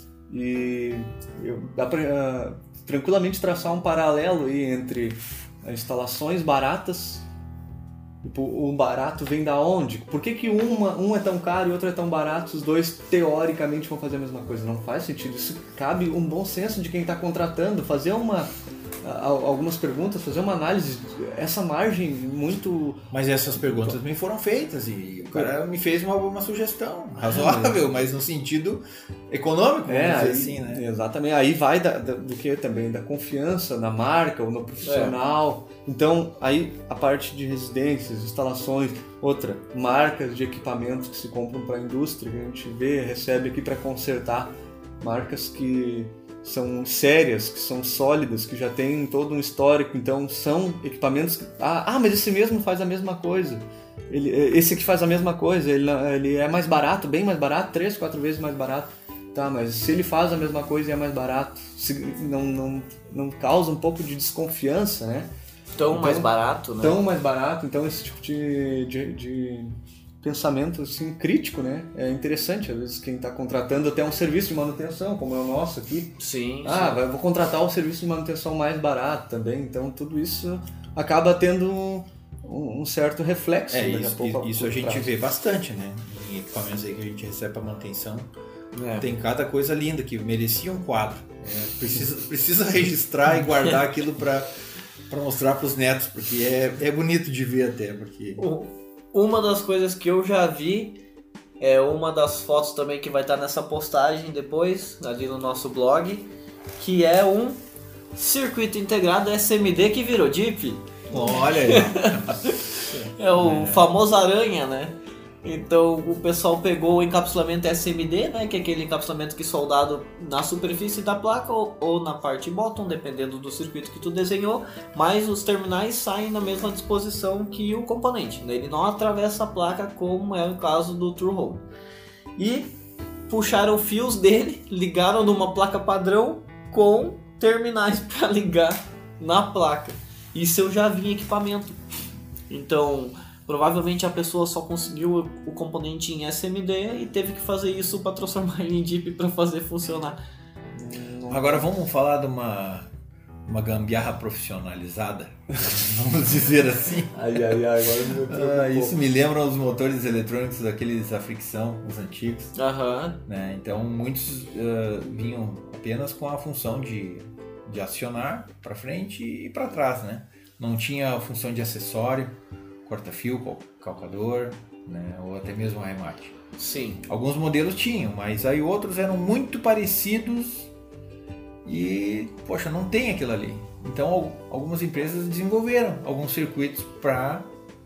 E eu, dá pra uh, tranquilamente traçar um paralelo aí entre instalações baratas. Tipo, o barato vem da onde? Por que que uma, um é tão caro e outro é tão barato? Os dois, teoricamente, vão fazer a mesma coisa. Não faz sentido. Isso cabe um bom senso de quem está contratando, fazer uma, algumas perguntas, fazer uma análise. Essa margem muito... Mas essas perguntas me foram feitas e o cara me fez uma, uma sugestão razoável, mas no sentido econômico, vamos É, dizer aí, assim, né? Exatamente. Aí vai da, da, do que também? Da confiança na marca ou no profissional. É. Então, aí a parte de residências, instalações, outra, marcas de equipamentos que se compram para a indústria, que a gente vê, recebe aqui para consertar, marcas que são sérias, que são sólidas, que já têm todo um histórico, então são equipamentos que... Ah, ah mas esse mesmo faz a mesma coisa. Ele, esse aqui faz a mesma coisa, ele, ele é mais barato, bem mais barato, três, quatro vezes mais barato. Tá, mas se ele faz a mesma coisa e é mais barato, se não, não, não causa um pouco de desconfiança, né? Tão Então, mais barato, né? Tão mais barato, então esse tipo de, de, de pensamento assim, crítico, né? É interessante, às vezes quem está contratando até um serviço de manutenção, como é o nosso aqui. Sim, Ah, sim. vou contratar o serviço de manutenção mais barato também, então tudo isso acaba tendo um, um certo reflexo. É, daqui isso, a pouco, isso a curto gente prazo. vê bastante, né? Em equipamentos aí que a gente recebe para manutenção. É. Tem cada coisa linda que merecia um quadro. É, precisa, precisa registrar e guardar aquilo para mostrar para os netos, porque é, é bonito de ver até. Porque... Uma das coisas que eu já vi é uma das fotos também que vai estar nessa postagem depois, ali no nosso blog, que é um circuito integrado S M D que virou D I P. Olha aí. É o É. famoso aranha, né? Então o pessoal pegou o encapsulamento S M D, né? Que é aquele encapsulamento que é soldado na superfície da placa ou, ou na parte bottom, dependendo do circuito que tu desenhou, mas os terminais saem na mesma disposição que o componente, né? Ele não atravessa a placa como é o caso do True Home. E puxaram fios dele, ligaram numa placa padrão com terminais para ligar na placa. Isso eu já vi em equipamento. Então, provavelmente a pessoa só conseguiu o componente em S M D e teve que fazer isso para transformar ele em D I P para fazer funcionar. Agora vamos falar de uma, uma gambiarra profissionalizada, vamos dizer assim. Ai, ai, ai, agora me preocupa Ah, um isso pouco. me lembra os motores eletrônicos daqueles a fricção, os antigos. Aham. Né? Então muitos ah, vinham apenas com a função de, de acionar para frente e para trás, né? Não tinha a função de acessório, corta-fio, cal- calcador, né? Ou até mesmo arremate. Sim. Alguns modelos tinham, mas aí outros eram muito parecidos e, poxa, não tem aquilo ali. Então al- algumas empresas desenvolveram alguns circuitos para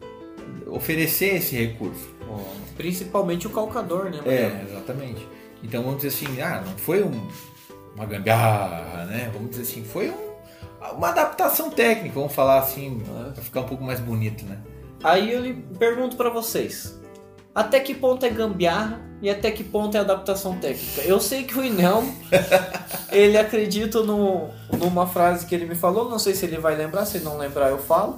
oferecer esse recurso. Principalmente o calcador, né, Mariano? É, exatamente. Então vamos dizer assim, ah, não foi um, uma gambiarra, né? Vamos dizer assim, foi um- uma adaptação técnica, vamos falar assim, para ficar um pouco mais bonito, né? Aí eu lhe pergunto pra vocês, até que ponto é gambiarra e até que ponto é adaptação técnica? Eu sei que o Inel, ele acredita no, numa frase que ele me falou, não sei se ele vai lembrar, se ele não lembrar eu falo,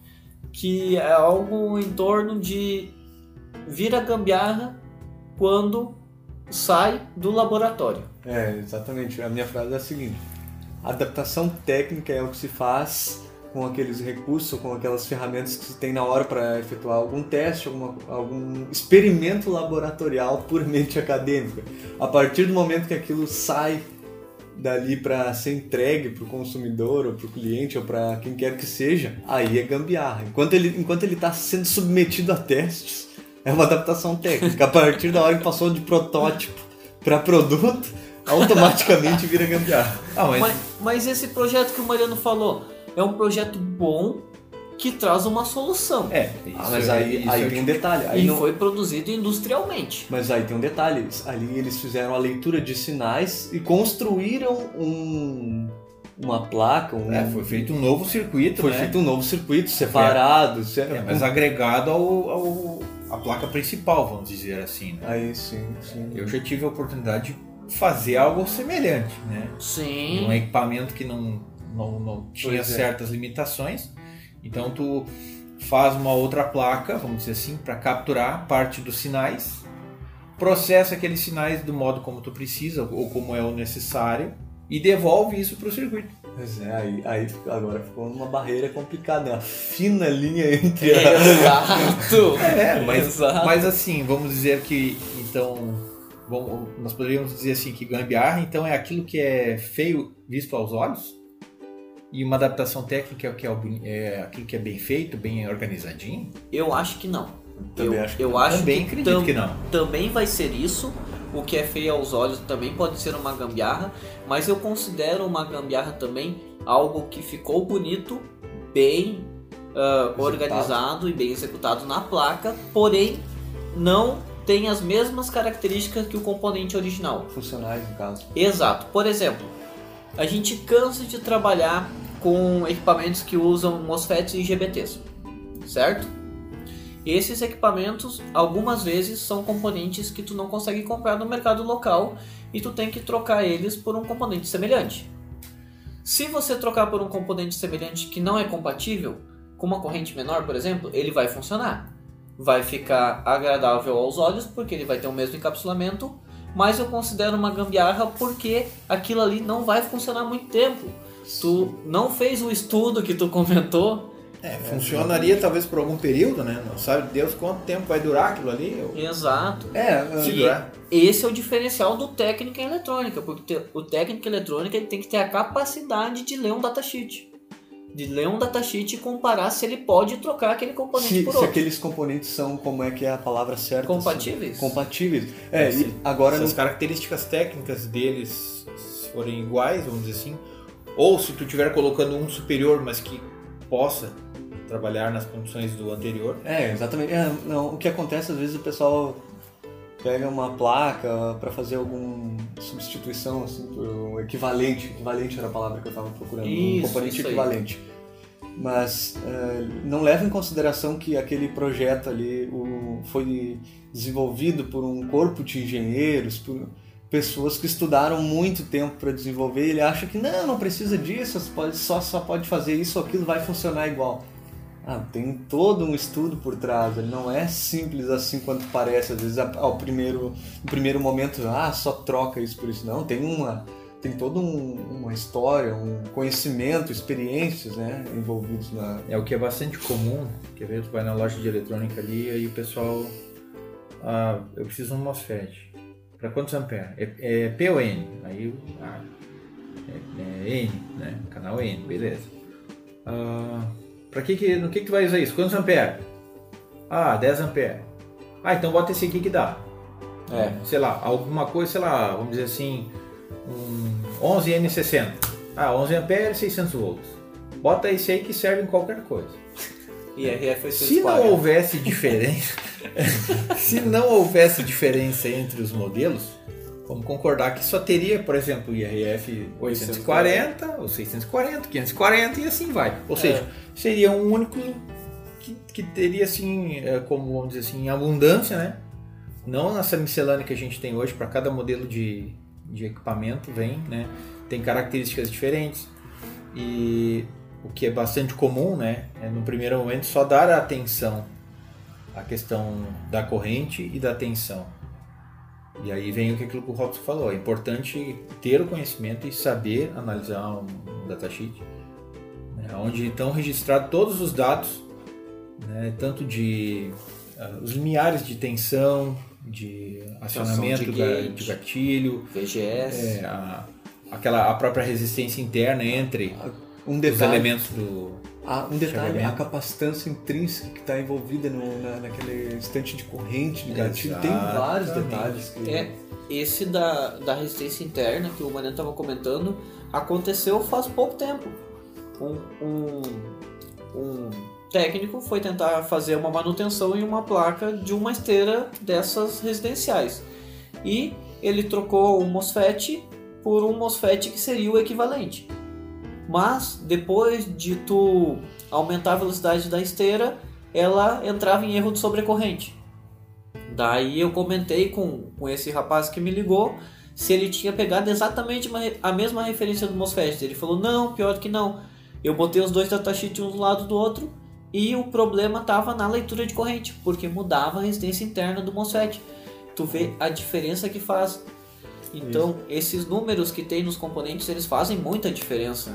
que é algo em torno de vira gambiarra quando sai do laboratório. É, exatamente. A minha frase é a seguinte: adaptação técnica é o que se faz com aqueles recursos, com aquelas ferramentas que se tem na hora para efetuar algum teste, alguma, algum experimento laboratorial puramente acadêmico. A partir do momento que aquilo sai dali para ser entregue para o consumidor ou para o cliente ou para quem quer que seja, aí é gambiarra. Enquanto ele enquanto ele está sendo submetido a testes, é uma adaptação técnica. A partir da hora que passou de protótipo para produto, automaticamente vira gambiarra. Ah, mas, Mas, mas esse projeto que o Mariano falou é um projeto bom que traz uma solução. é, isso, Ah, mas aí, isso aí eu tem um te- detalhe. Aí E não- foi produzido industrialmente. Mas aí tem um detalhe. Ali eles fizeram a leitura de sinais e construíram um, uma placa. Um, É, foi feito um novo circuito, foi né? feito um novo circuito separado. se- É, mas agregado ao, ao a placa principal, vamos dizer assim, né? Aí sim, sim. Eu já tive a oportunidade de fazer algo semelhante, né? Sim. Um equipamento que não, não, não tinha Pois é. certas limitações, então tu faz uma outra placa, vamos dizer assim, para capturar parte dos sinais, processa aqueles sinais do modo como tu precisa ou como é o necessário e devolve isso para o circuito. Pois é, aí, aí fica- agora ficou uma barreira complicada, uma fina linha entre a... Exato. É, mas, Exato. mas assim, vamos dizer que, então, vamos, nós poderíamos dizer assim que gambiarra, então, é aquilo que é feio visto aos olhos e uma adaptação técnica é, o que é, o boni- é aquilo que é bem feito, bem organizadinho. Eu acho que não. Também eu acho que eu não. acho Também que, acredito tam- que não. também vai ser isso. O que é feio aos olhos também pode ser uma gambiarra, mas eu considero uma gambiarra também algo que ficou bonito, bem ah, organizado e bem executado na placa, porém não tem as mesmas características que o componente original. funcionais, no caso. Exato. Por exemplo, a gente cansa de trabalhar com equipamentos que usam MOSFETs e I G B Ts, certo? Esses equipamentos, algumas vezes, são componentes que tu não consegue comprar no mercado local e tu tem que trocar eles por um componente semelhante. Se você trocar por um componente semelhante que não é compatível, com uma corrente menor, por exemplo, ele vai funcionar. Vai ficar agradável aos olhos porque ele vai ter o mesmo encapsulamento, mas eu considero uma gambiarra porque aquilo ali não vai funcionar muito tempo. Tu não fez o estudo que tu comentou É, funcionaria talvez por algum período, né? Não sabe Deus quanto tempo vai durar aquilo ali. Ou... Exato. É, Se E durar. esse é o diferencial do técnico em eletrônica, porque o técnico em eletrônica ele tem que ter a capacidade de ler um datasheet. De ler um datasheet e comparar se ele pode trocar aquele componente se, por se outro. aqueles componentes são, como é que é a palavra certa? Compatíveis? Assim, compatíveis. É, É, e se- agora Se no as características técnicas deles forem iguais, vamos dizer assim, ou se tu estiver colocando um superior, mas que possa trabalhar nas condições do anterior. É, exatamente. É, não, o que acontece, às vezes, o pessoal pega uma placa para fazer alguma substituição, assim, por um equivalente. Equivalente era a palavra que eu estava procurando. Isso, um componente isso aí. equivalente. Mas é, não leva em consideração que aquele projeto ali o, foi desenvolvido por um corpo de engenheiros, por pessoas que estudaram muito tempo para desenvolver. E ele acha que não, não precisa disso, só pode, só, só pode fazer isso ou aquilo, vai funcionar igual. Ah, tem todo um estudo por trás, ele não é simples assim quanto parece, às vezes ao primeiro, no primeiro momento, ah, só troca isso por isso, não, tem uma, tem toda um, uma história, um conhecimento, experiências, né, envolvidos na... É o que é bastante comum, quer ver, tu vai na loja de eletrônica ali e aí o pessoal, ah, eu preciso de um MOSFET, para quantos amperes? É, é P ou N? Aí, ah, é, é N, né, canal N, beleza. Ah, Pra que que, no que que tu vai usar isso? Quantos amperes? Ah, dez amperes. Ah, então bota esse aqui que dá. É. Sei lá, alguma coisa, sei lá, vamos dizer assim, um onze N sessenta. Ah, onze amperes, seiscentos volts. Bota esse aí que serve em qualquer coisa. E R F Se não houvesse diferença, se não houvesse diferença entre os modelos, vamos concordar que só teria, por exemplo, o I R F oitocentos e quarenta, ou seiscentos e quarenta, quinhentos e quarenta e assim vai. Ou seja, seria um único que, que teria assim, como vamos dizer assim, em abundância, né? Não nessa miscelânea que a gente tem hoje, para cada modelo de, de equipamento vem, né? Tem características diferentes e o que é bastante comum, né? É no primeiro momento só dar atenção à questão da corrente e da tensão. E aí vem o que aquilo que o Robson falou, é importante ter o conhecimento e saber analisar um datasheet, né, onde estão registrados todos os dados, né, tanto de uh, os limiares de tensão, de acionamento de da, gate, de gatilho, V G S, é, a, aquela, a própria resistência interna entre Um os detalhe, elementos do... ah, um detalhe, a chaveamento. capacitância intrínseca que está envolvida no, na, naquele instante de corrente, de gatilho, tem vários Exatamente. detalhes. Que... É, esse da, da resistência interna que o Mariano estava comentando aconteceu faz pouco tempo. Um, um, um técnico foi tentar fazer uma manutenção em uma placa de uma esteira dessas residenciais. E ele trocou o MOSFET por um MOSFET que seria o equivalente. Mas depois de tu aumentar a velocidade da esteira, ela entrava em erro de sobrecorrente. Daí eu comentei com, com esse rapaz que me ligou se ele tinha pegado exatamente uma, a mesma referência do MOSFET. Ele falou, não, pior que não. Eu botei os dois datasheets um do lado do outro e o problema estava na leitura de corrente, porque mudava a resistência interna do MOSFET. Tu vê a diferença que faz. Então, esses números que tem nos componentes, eles fazem muita diferença.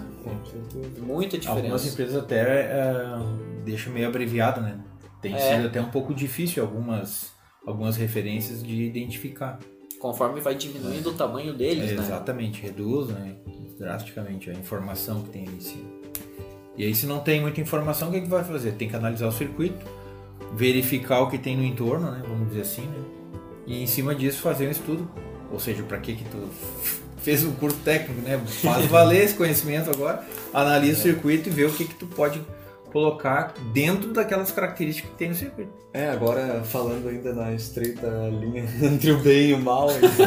Muita diferença. Algumas empresas até uh, deixam meio abreviado, né? Tem É. sido até um pouco difícil algumas, algumas referências de identificar. Conforme vai diminuindo o tamanho deles, É, né? exatamente, reduz, né, drasticamente a informação que tem ali em cima. E aí se não tem muita informação, o que, que vai fazer? Tem que analisar o circuito, verificar o que tem no entorno, né, vamos dizer assim, né? E em cima disso fazer um estudo. Ou seja, para que que tu fez um curso técnico, né? Faz valer esse conhecimento agora, analisa o circuito e vê o que que tu pode colocar dentro daquelas características que tem no circuito. É, agora falando ainda na estreita linha entre o bem e o mal.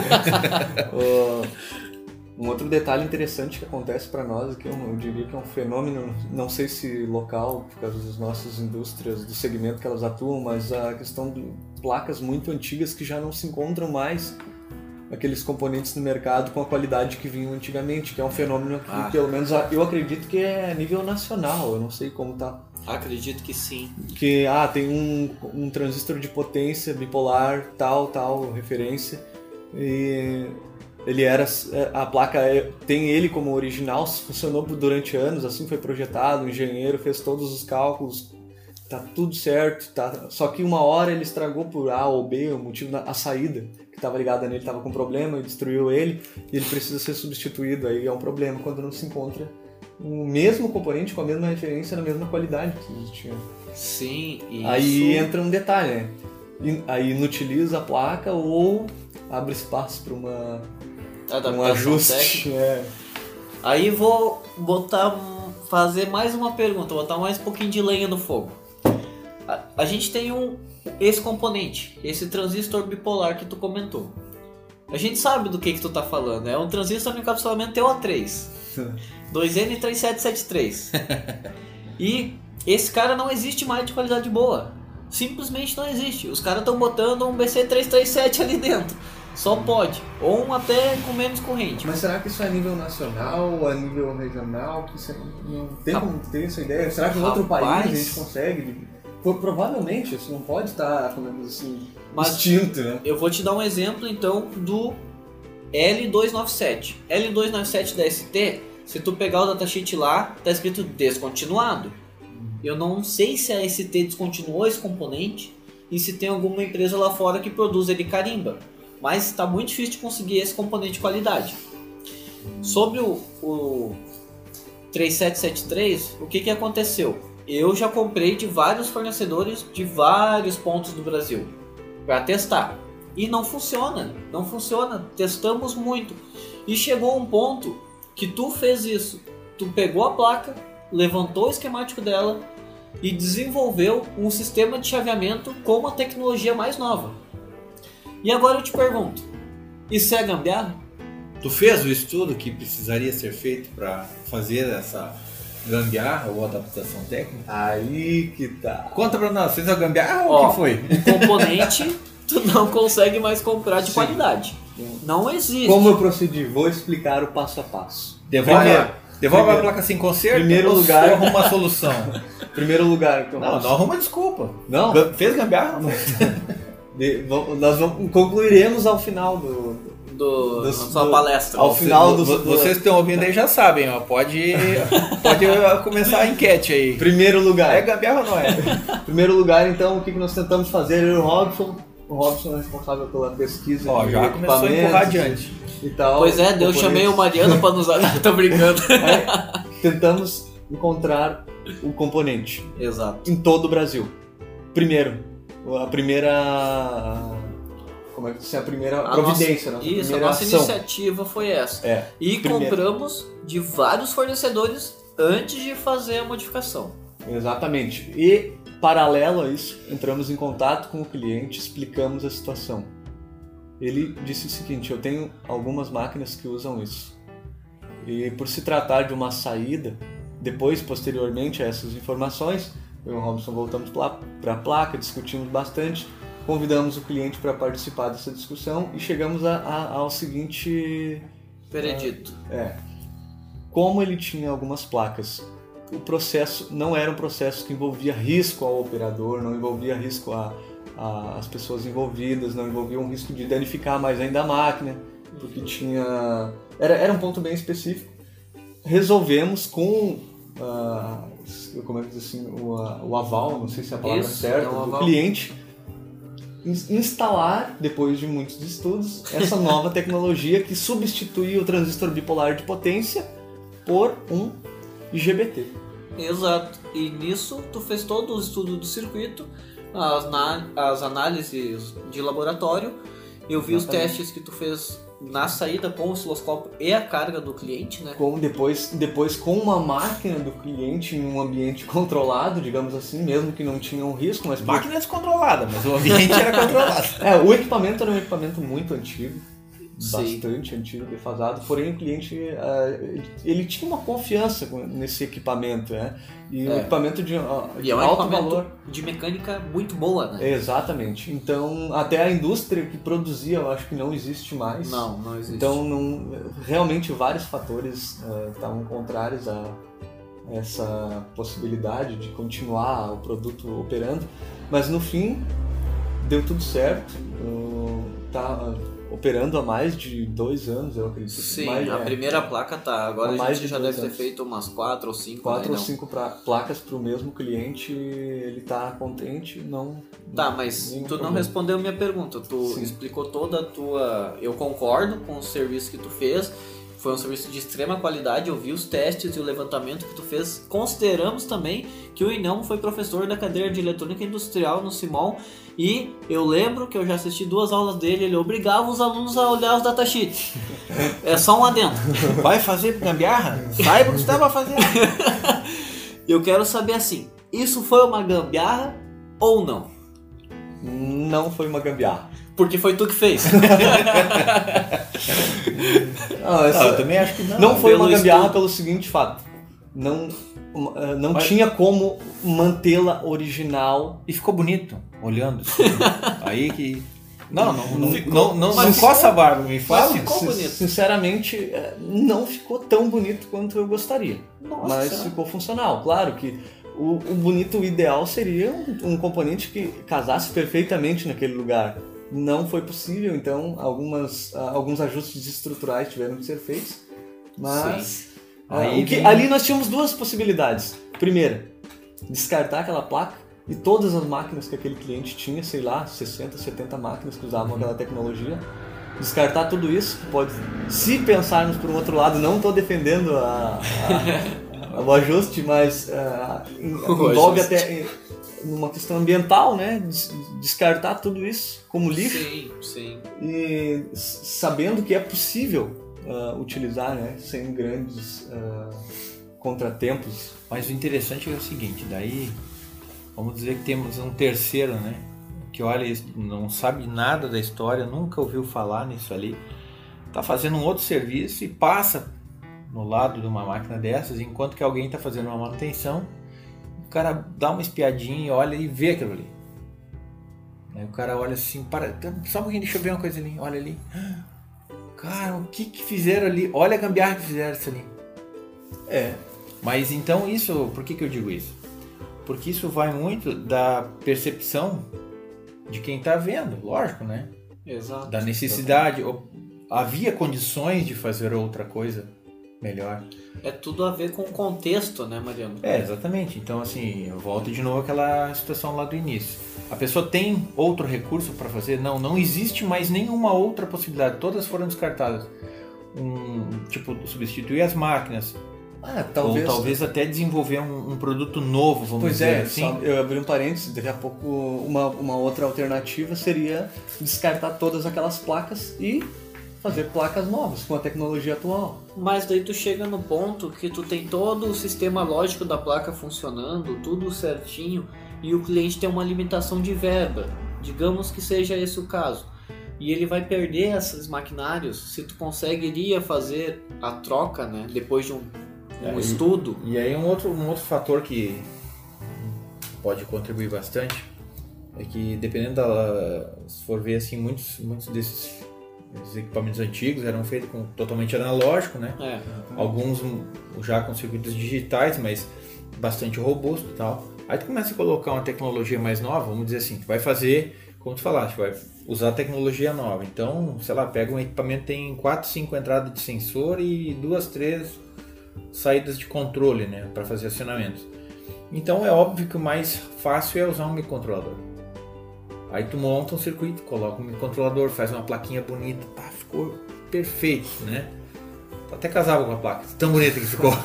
o, um outro detalhe interessante que acontece para nós aqui, eu, eu diria que é um fenômeno, não sei se local, por causa das nossas indústrias, do segmento que elas atuam, mas a questão de placas muito antigas que já não se encontram mais aqueles componentes no mercado com a qualidade que vinham antigamente, que é um fenômeno que, Ah. pelo menos, eu acredito que é a nível nacional, eu não sei como tá. Acredito que sim. Que, ah, tem um, um transistor de potência bipolar, tal, tal, referência, e Ele era, a placa tem ele como original, funcionou durante anos, assim foi projetado, o engenheiro fez todos os cálculos, tá tudo certo, tá, só que uma hora ele estragou por A ou B, o motivo, a saída que estava ligada nele estava com problema e destruiu ele, e ele precisa ser substituído, aí é um problema quando não se encontra o mesmo componente com a mesma referência na mesma qualidade que existia. Sim, isso... Aí entra um detalhe, né? Aí inutiliza a placa ou abre espaço para uma um ajuste. É. Aí vou botar, fazer mais uma pergunta, botar mais um pouquinho de lenha no fogo. A, a gente tem um, esse componente, esse transistor bipolar que tu comentou. A gente sabe do que que tu tá falando, é um transistor no encapsulamento T O três, dois N três sete sete três. E esse cara não existe mais de qualidade boa. Simplesmente não existe. Os caras estão botando um B C trezentos e trinta e sete ali dentro. Só pode. Ou um até com menos corrente. Mas será que isso é a nível nacional ou a nível regional? Que isso é... Não tem como ter essa ideia? Será que em outro Rapaz... país a gente consegue? Provavelmente, isso não pode estar, assim, Mas extinto, né? Eu vou te dar um exemplo, então, do L duzentos e noventa e sete. L duzentos e noventa e sete da S T, se tu pegar o datasheet lá, tá escrito descontinuado. Eu não sei se a S T descontinuou esse componente e se tem alguma empresa lá fora que produz ele carimba. Mas está muito difícil de conseguir esse componente de qualidade. Sobre o, o três sete sete três, o que, que aconteceu? Eu já comprei de vários fornecedores de vários pontos do Brasil para testar. E não funciona, não funciona. Testamos muito. E chegou um ponto que tu fez isso. Tu pegou a placa, levantou o esquemático dela e desenvolveu um sistema de chaveamento com uma tecnologia mais nova. E agora eu te pergunto, isso é gambiarra? Tu fez o estudo que precisaria ser feito para fazer essa gambiarra ou adaptação técnica? Aí que tá. Conta pra nós, fez a gambiarra ou Ó, o que foi? O componente tu não consegue mais comprar de Sim. qualidade. Não existe. Como eu procedi? Vou explicar o passo a passo. Devolve, Primeiro, devolve primeiro, a placa sem conserto. primeiro ou lugar- só arruma uma solução. Primeiro lugar que eu Não, faço. não arruma desculpa. Não? Ga- Fez gambiarra? De- vamos- nós vamos, concluiremos ao final do... do, do- na sua do- palestra. ao final do... Vo- Vocês que estão ouvindo aí já sabem, ó. Pode, pode começar a enquete aí. Primeiro lugar. É gambiarra ou não é? Primeiro lugar, então, o que que nós tentamos fazer? Eu e o Robson. O Robson é responsável pela pesquisa Ó, de já começou a equipamentos empurrar adiante. e tal. Pois é, eu componentes. chamei o Mariano pra nos... Tô brincando. Aí, tentamos encontrar o componente Exato. em todo o Brasil. Primeiro, a primeira... Como é que se a primeira A providência, nossa, nossa isso, a primeira nossa ação. iniciativa foi essa. É, E primeiro. compramos de vários fornecedores antes de fazer a modificação. Exatamente. E, paralelo a isso, entramos em contato com o cliente, explicamos a situação. Ele disse o seguinte: eu tenho algumas máquinas que usam isso. E por se tratar de uma saída, depois, posteriormente a essas informações, eu e o Robson voltamos para a placa, discutimos bastante, convidamos o cliente para participar dessa discussão e chegamos a, a, ao seguinte... Veredito. É, como ele tinha algumas placas, o processo não era um processo que envolvia risco ao operador, não envolvia risco a, a, às pessoas envolvidas, não envolvia um risco de danificar mais ainda a máquina, porque tinha... Era, era um ponto bem específico. Resolvemos com, uh, como é que diz assim, o, o aval, não sei se é a palavra Isso, certa, é um do aval. cliente, instalar, depois de muitos estudos, essa nova tecnologia que substitui o transistor bipolar de potência por um I G B T. Exato. E nisso tu fez todo o estudo do circuito, as, na- as análises de laboratório. Eu vi os Exatamente. testes que tu fez na saída com o osciloscópio e a carga do cliente, né? Com, depois, depois com uma máquina do cliente em um ambiente controlado, digamos assim, mesmo que não tinha um risco, mas... Máquina descontrolada, mas o ambiente era controlado. É, o equipamento era um equipamento muito antigo, Sim. bastante antigo, defasado, porém o cliente, uh, ele tinha uma confiança com- nesse equipamento, né? E um É. equipamento de, uh, E de é um alto equipamento valor. de mecânica muito boa, né? Exatamente. Então, até a indústria que produzia, eu acho que não existe mais. Não, não existe. Então, não, realmente vários fatores uh, estavam contrários a essa possibilidade de continuar o produto operando, mas no fim deu tudo certo. Uh, tá, operando há mais de dois anos, eu acredito. Sim, mais, a é, primeira placa tá. Agora há a mais gente de já dois deve ter anos. feito umas quatro ou cinco. Quatro né, ou não? cinco pra, placas para o mesmo cliente, ele tá contente, não... Tá, não- mas nenhum tu não problema. respondeu minha pergunta. Tu Sim. explicou toda a tua. Eu concordo com o serviço que tu fez. Foi um serviço de extrema qualidade. Eu vi os testes e o levantamento que tu fez. Consideramos também que o Inão foi professor da cadeira de eletrônica industrial no Simol. E eu lembro que eu já assisti duas aulas dele. Ele obrigava os alunos a olhar os datasheets. É só um adendo. Vai fazer gambiarra? Saiba o que você estava fazendo. Eu quero saber assim: isso foi uma gambiarra ou não? Não foi uma gambiarra. Porque foi tu que fez. Não, essa- Não, eu também acho que não. não foi pelo uma gambiarra estudo. pelo seguinte fato. Não, uma- eh, não Mas- tinha como mantê-la original. E ficou bonito, olhando. assim. Aí que... Não, não, não, Ficou. não, não, Mas não ficou. coça a barba, me fala. Mas ficou Sin- bonito. Sinceramente, eh, não ficou tão bonito quanto eu gostaria. Nossa, mas será? ficou funcional. Claro que o, o bonito, o ideal seria um, um componente que casasse perfeitamente naquele lugar. Não foi possível, então algumas, ah, alguns ajustes estruturais tiveram que ser feitos. Mas ah, Aí o que- vem- ali nós tínhamos duas possibilidades. Primeira, descartar aquela placa e todas as máquinas que aquele cliente tinha, sei lá, sessenta, setenta máquinas que usavam aquela tecnologia. Descartar tudo isso, que pode, se pensarmos por um outro lado, não estou defendendo a, a- o ajuste, mas ah, en- O envolve ajuste. até eh, uma questão ambiental, né? Des- Descartar tudo isso como lixo Sim, sim. e s- sabendo que é possível ah, utilizar, né? Sem grandes ah, contratempos. Mas o interessante é o seguinte, daí vamos dizer que temos um terceiro, né? Que olha, isso, não sabe nada da história, nunca ouviu falar nisso ali, tá fazendo um outro serviço e passa no lado de uma máquina dessas, enquanto que alguém tá fazendo uma manutenção, o cara dá uma espiadinha, olha e vê aquilo ali. Aí o cara olha assim, para, só um pouquinho, deixa eu ver uma coisa ali, olha ali. Cara, o que que fizeram ali? Olha a gambiarra que fizeram isso ali. É, Mas então isso, por que que eu digo isso? Porque isso vai muito da percepção de quem está vendo, lógico, né? Exato. Da necessidade. Ou- Havia condições de fazer outra coisa melhor. É tudo a ver com o contexto, né, Mariano? É, exatamente. Então, assim, eu volto de novo àquela situação lá do início. A pessoa tem outro recurso para fazer? Não, não existe mais nenhuma outra possibilidade. Todas foram descartadas. Um, tipo, substituir as máquinas. ah, talvez. Ou talvez até desenvolver um, um produto novo, vamos Pois dizer é, assim. só eu abri um parênteses, daqui a pouco uma, uma outra alternativa seria descartar todas aquelas placas e fazer placas novas com a tecnologia atual. Mas daí tu chega no ponto que tu tem todo o sistema lógico da placa funcionando, tudo certinho, e o cliente tem uma limitação de verba. Digamos que seja esse o caso. E ele vai perder esses maquinários se tu conseguiria fazer a troca, né? Depois de um, um É, e- estudo. E aí um outro, um outro fator que pode contribuir bastante é que dependendo da... Se for ver assim, muitos, muitos desses, desses equipamentos antigos eram feitos com totalmente analógico, né? É. Alguns já com circuitos digitais, mas bastante robusto e tal. Aí tu começa a colocar uma tecnologia mais nova, vamos dizer assim, tu vai fazer, como tu falaste, vai usar tecnologia nova. Então, sei lá, pega um equipamento que tem quatro, cinco entradas de sensor e duas, três saídas de controle, né, para fazer acionamentos. Então é óbvio que o mais fácil é usar um microcontrolador. Aí tu monta um circuito, coloca um microcontrolador, faz uma plaquinha bonita, pá, ficou perfeito, né? Até casava com a placa, tão bonita que ficou.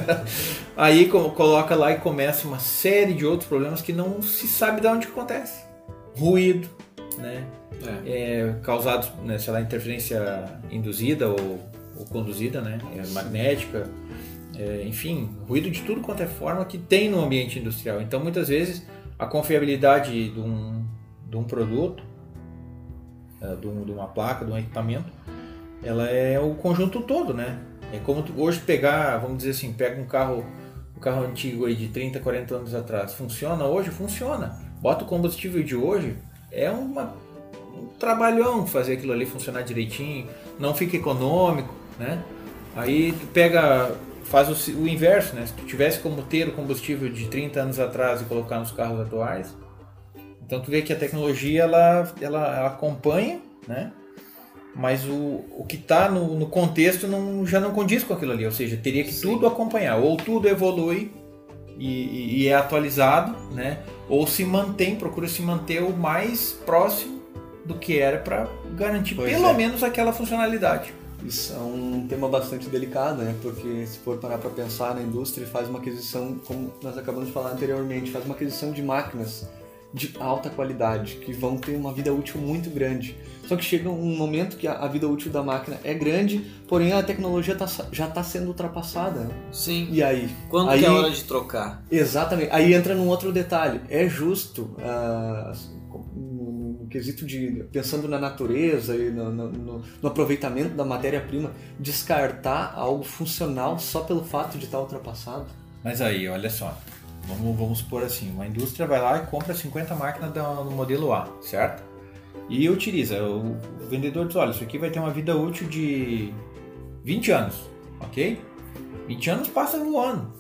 Aí co- coloca lá e começa uma série de outros problemas que não se sabe de onde que acontece. Ruído, né? É. É, causados, né, sei lá, interferência induzida ou, ou conduzida, né? É, magnética, é, enfim, ruído de tudo quanto é forma que tem no ambiente industrial. Então, muitas vezes, a confiabilidade de um, de um produto, é, de, um- de uma placa, de um equipamento, ela é o conjunto todo, né? É como tu hoje pegar, vamos dizer assim, pega um carro, um carro antigo aí de trinta, quarenta anos atrás, funciona hoje? Funciona. Bota o combustível de hoje, é uma, um trabalhão fazer aquilo ali funcionar direitinho, não fica econômico, né? Aí tu pega, faz o, ci- o inverso, né? Se tu tivesse como ter o combustível de trinta anos atrás e colocar nos carros atuais, então tu vê que a tecnologia ela, ela, ela acompanha, né? mas o, o que está no, no contexto não, já não condiz com aquilo ali, ou seja, teria que Sim. tudo acompanhar, ou tudo evolui e, e, e é atualizado, né? Ou se mantém, procura se manter o mais próximo do que era para garantir pois pelo é. menos aquela funcionalidade. Isso é um tema bastante delicado, né? Porque se for parar para pensar na indústria, faz uma aquisição, como nós acabamos de falar anteriormente, faz uma aquisição de máquinas de alta qualidade, que vão ter uma vida útil muito grande. Só que chega um momento que a vida útil da máquina é grande, porém a tecnologia tá, já está sendo ultrapassada. Né? Sim. E aí? Quando aí, que é a hora de trocar? Exatamente. Aí entra num outro detalhe. É justo, uh, no, no quesito de, pensando na natureza e no, no, no, no aproveitamento da matéria-prima, descartar algo funcional só pelo fato de estar ultrapassado? Mas aí, olha só. Vamos, vamos supor assim, uma indústria vai lá e compra cinquenta máquinas do modelo A, certo? E utiliza, o vendedor diz, olha, isso aqui vai ter uma vida útil de vinte anos, ok? vinte anos passa voando.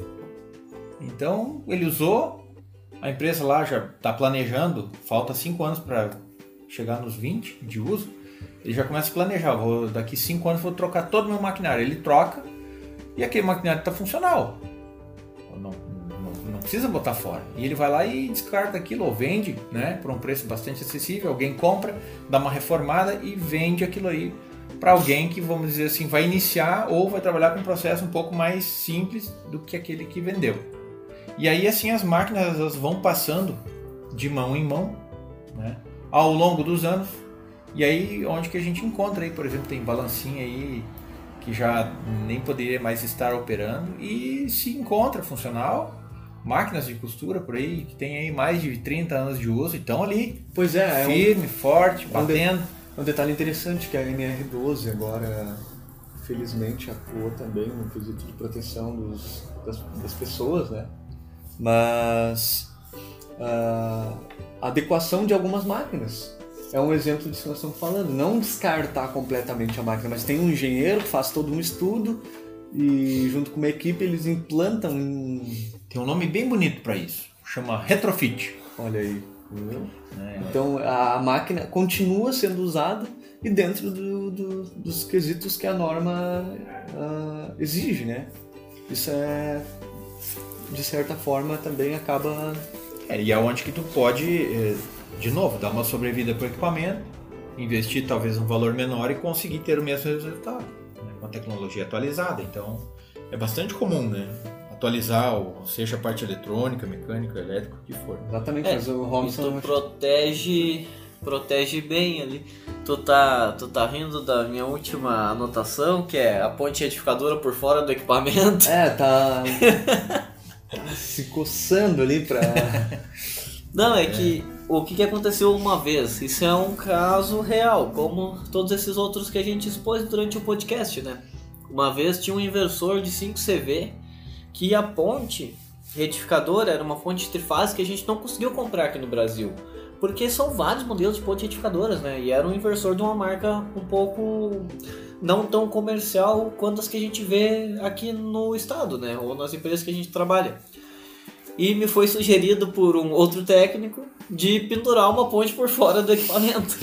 Então, ele usou, a empresa lá já está planejando, falta cinco anos para chegar nos vinte de uso, ele já começa a planejar, vou, daqui cinco anos vou trocar todo o meu maquinário. Ele troca e aquele maquinário está funcional. Não, não precisa botar fora. E ele vai lá e descarta aquilo, ou vende, né, por um preço bastante acessível. Alguém compra, dá uma reformada e vende aquilo aí para alguém que, vamos dizer assim, vai iniciar ou vai trabalhar com um processo um pouco mais simples do que aquele que vendeu. E aí, assim, as máquinas elas vão passando de mão em mão, né, ao longo dos anos. E aí, onde que a gente encontra aí, por exemplo, tem balancinha aí que já nem poderia mais estar operando e se encontra funcional. Máquinas de costura por aí que tem aí mais de trinta anos de uso e estão ali. Pois é, firme, é um, forte, batendo. É um, de, um detalhe interessante que a N R doze agora, felizmente, atuou também no quesito de proteção dos, das, das pessoas, né? Mas a adequação de algumas máquinas é um exemplo disso que nós estamos falando. Não descartar completamente a máquina, mas tem um engenheiro que faz todo um estudo e junto com uma equipe eles implantam um... Tem um nome bem bonito para isso, chama retrofit. Olha aí. É, então a máquina continua sendo usada e dentro do, do, dos quesitos que a norma uh, exige, né? Isso é, de certa forma, também acaba... É, e é onde que tu pode, de novo, dar uma sobrevida para o equipamento, investir talvez um valor menor e conseguir ter o mesmo resultado, né? Com a tecnologia atualizada. Então é bastante comum, né? Atualizar, ou seja a parte eletrônica, mecânica, elétrica, o que for. Exatamente, é, mas o Robson... Tu protege, protege bem ali. Tu tá, tu tá rindo da minha última anotação, que é a ponte retificadora por fora do equipamento. É, tá, tá se coçando ali pra... Não, é, é que o que, que aconteceu uma vez, isso é um caso real, como todos esses outros que a gente expôs durante o podcast, né? Uma vez tinha um inversor de cinco C V que a ponte retificadora era uma fonte trifásica que a gente não conseguiu comprar aqui no Brasil, porque são vários modelos de ponte retificadoras, né? E era um inversor de uma marca um pouco não tão comercial quanto as que a gente vê aqui no estado, né? Ou nas empresas que a gente trabalha. E me foi sugerido por um outro técnico de pendurar uma ponte por fora do equipamento.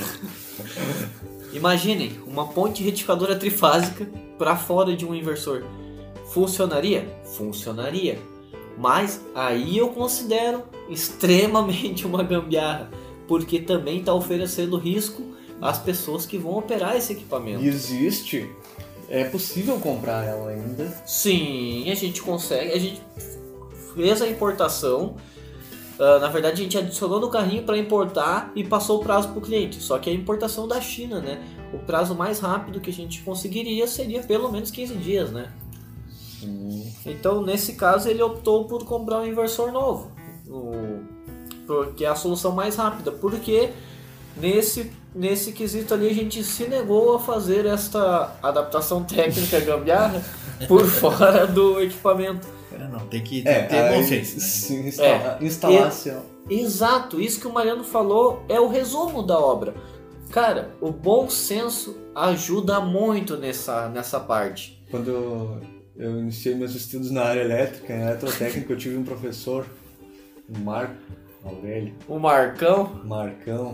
Imaginem, uma ponte retificadora trifásica para fora de um inversor. Funcionaria? Funcionaria. Mas aí eu considero extremamente uma gambiarra, porque também está oferecendo risco às pessoas que vão operar esse equipamento. E existe? É possível comprar ela ainda? Sim, a gente consegue. A gente fez a importação. Uh, na verdade, a gente adicionou no carrinho para importar e passou o prazo para o cliente. Só que a importação da China, né? O prazo mais rápido que a gente conseguiria seria pelo menos quinze dias, né? Sim. Então, nesse caso, ele optou por comprar um inversor novo, o, porque é a solução mais rápida, porque nesse, nesse quesito ali a gente se negou a fazer esta adaptação técnica gambiarra por fora do equipamento. Não, tem que é, ter bom senso. Sim, instala, é, instalação. E, exato, isso que o Mariano falou é o resumo da obra. Cara, o bom senso ajuda muito nessa, nessa parte. Quando eu, eu iniciei meus estudos na área elétrica, em eletrotécnica, eu tive um professor, o Marco Aurélio. O Marcão? Marcão.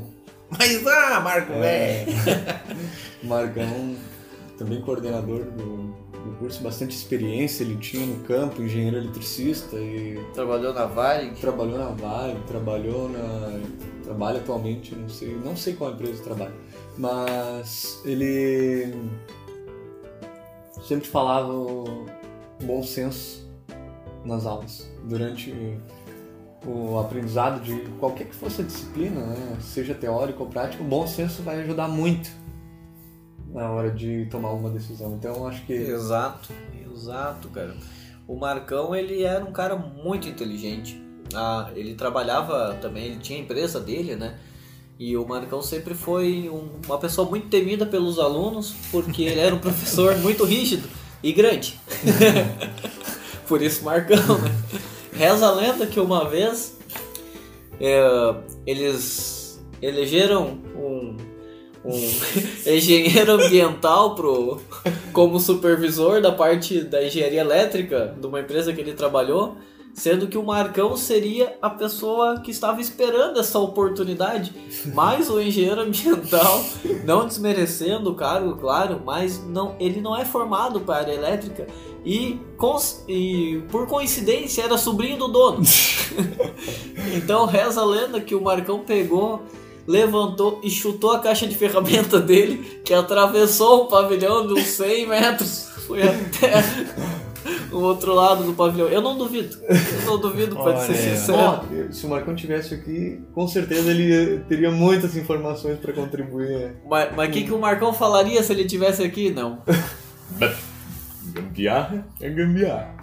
Mas, ah, Marco, É. velho. Marcão, também coordenador do, do curso, bastante experiência ele tinha no campo, engenheiro eletricista e Trabalhou na Varig. trabalhou na Vale, trabalhou na... trabalha atualmente, não sei, não sei qual empresa trabalha, mas ele sempre falava o bom senso nas aulas, durante o aprendizado de qualquer que fosse a disciplina, né? Seja teórico ou prático, o bom senso vai ajudar muito na hora de tomar uma decisão. Então eu acho que Exato, exato, cara. O Marcão, ele era um cara muito inteligente. Ah, ele trabalhava também, ele tinha a empresa dele, né? E o Marcão sempre foi um- uma pessoa muito temida pelos alunos, porque ele era um professor muito rígido e grande. Por isso Marcão, né? Reza a lenda que uma vez é, eles elegeram um, um engenheiro ambiental pro, como supervisor da parte da engenharia elétrica de uma empresa que ele trabalhou, sendo que o Marcão seria a pessoa que estava esperando essa oportunidade. Mas o engenheiro ambiental, não desmerecendo o cargo, claro, mas não, ele não é formado para a área elétrica e, cons- e por coincidência era sobrinho do dono. Então reza a lenda que o Marcão pegou, levantou e chutou a caixa de ferramenta dele, que atravessou o pavilhão de uns cem metros, foi até o outro lado do pavilhão. Eu não duvido, eu não duvido, pode ser Olha, sincero. Ó, se o Marcão tivesse aqui, com certeza ele teria muitas informações para contribuir. Mas o que, que o Marcão falaria se ele tivesse aqui? Não. Gambiarra é gambiarra.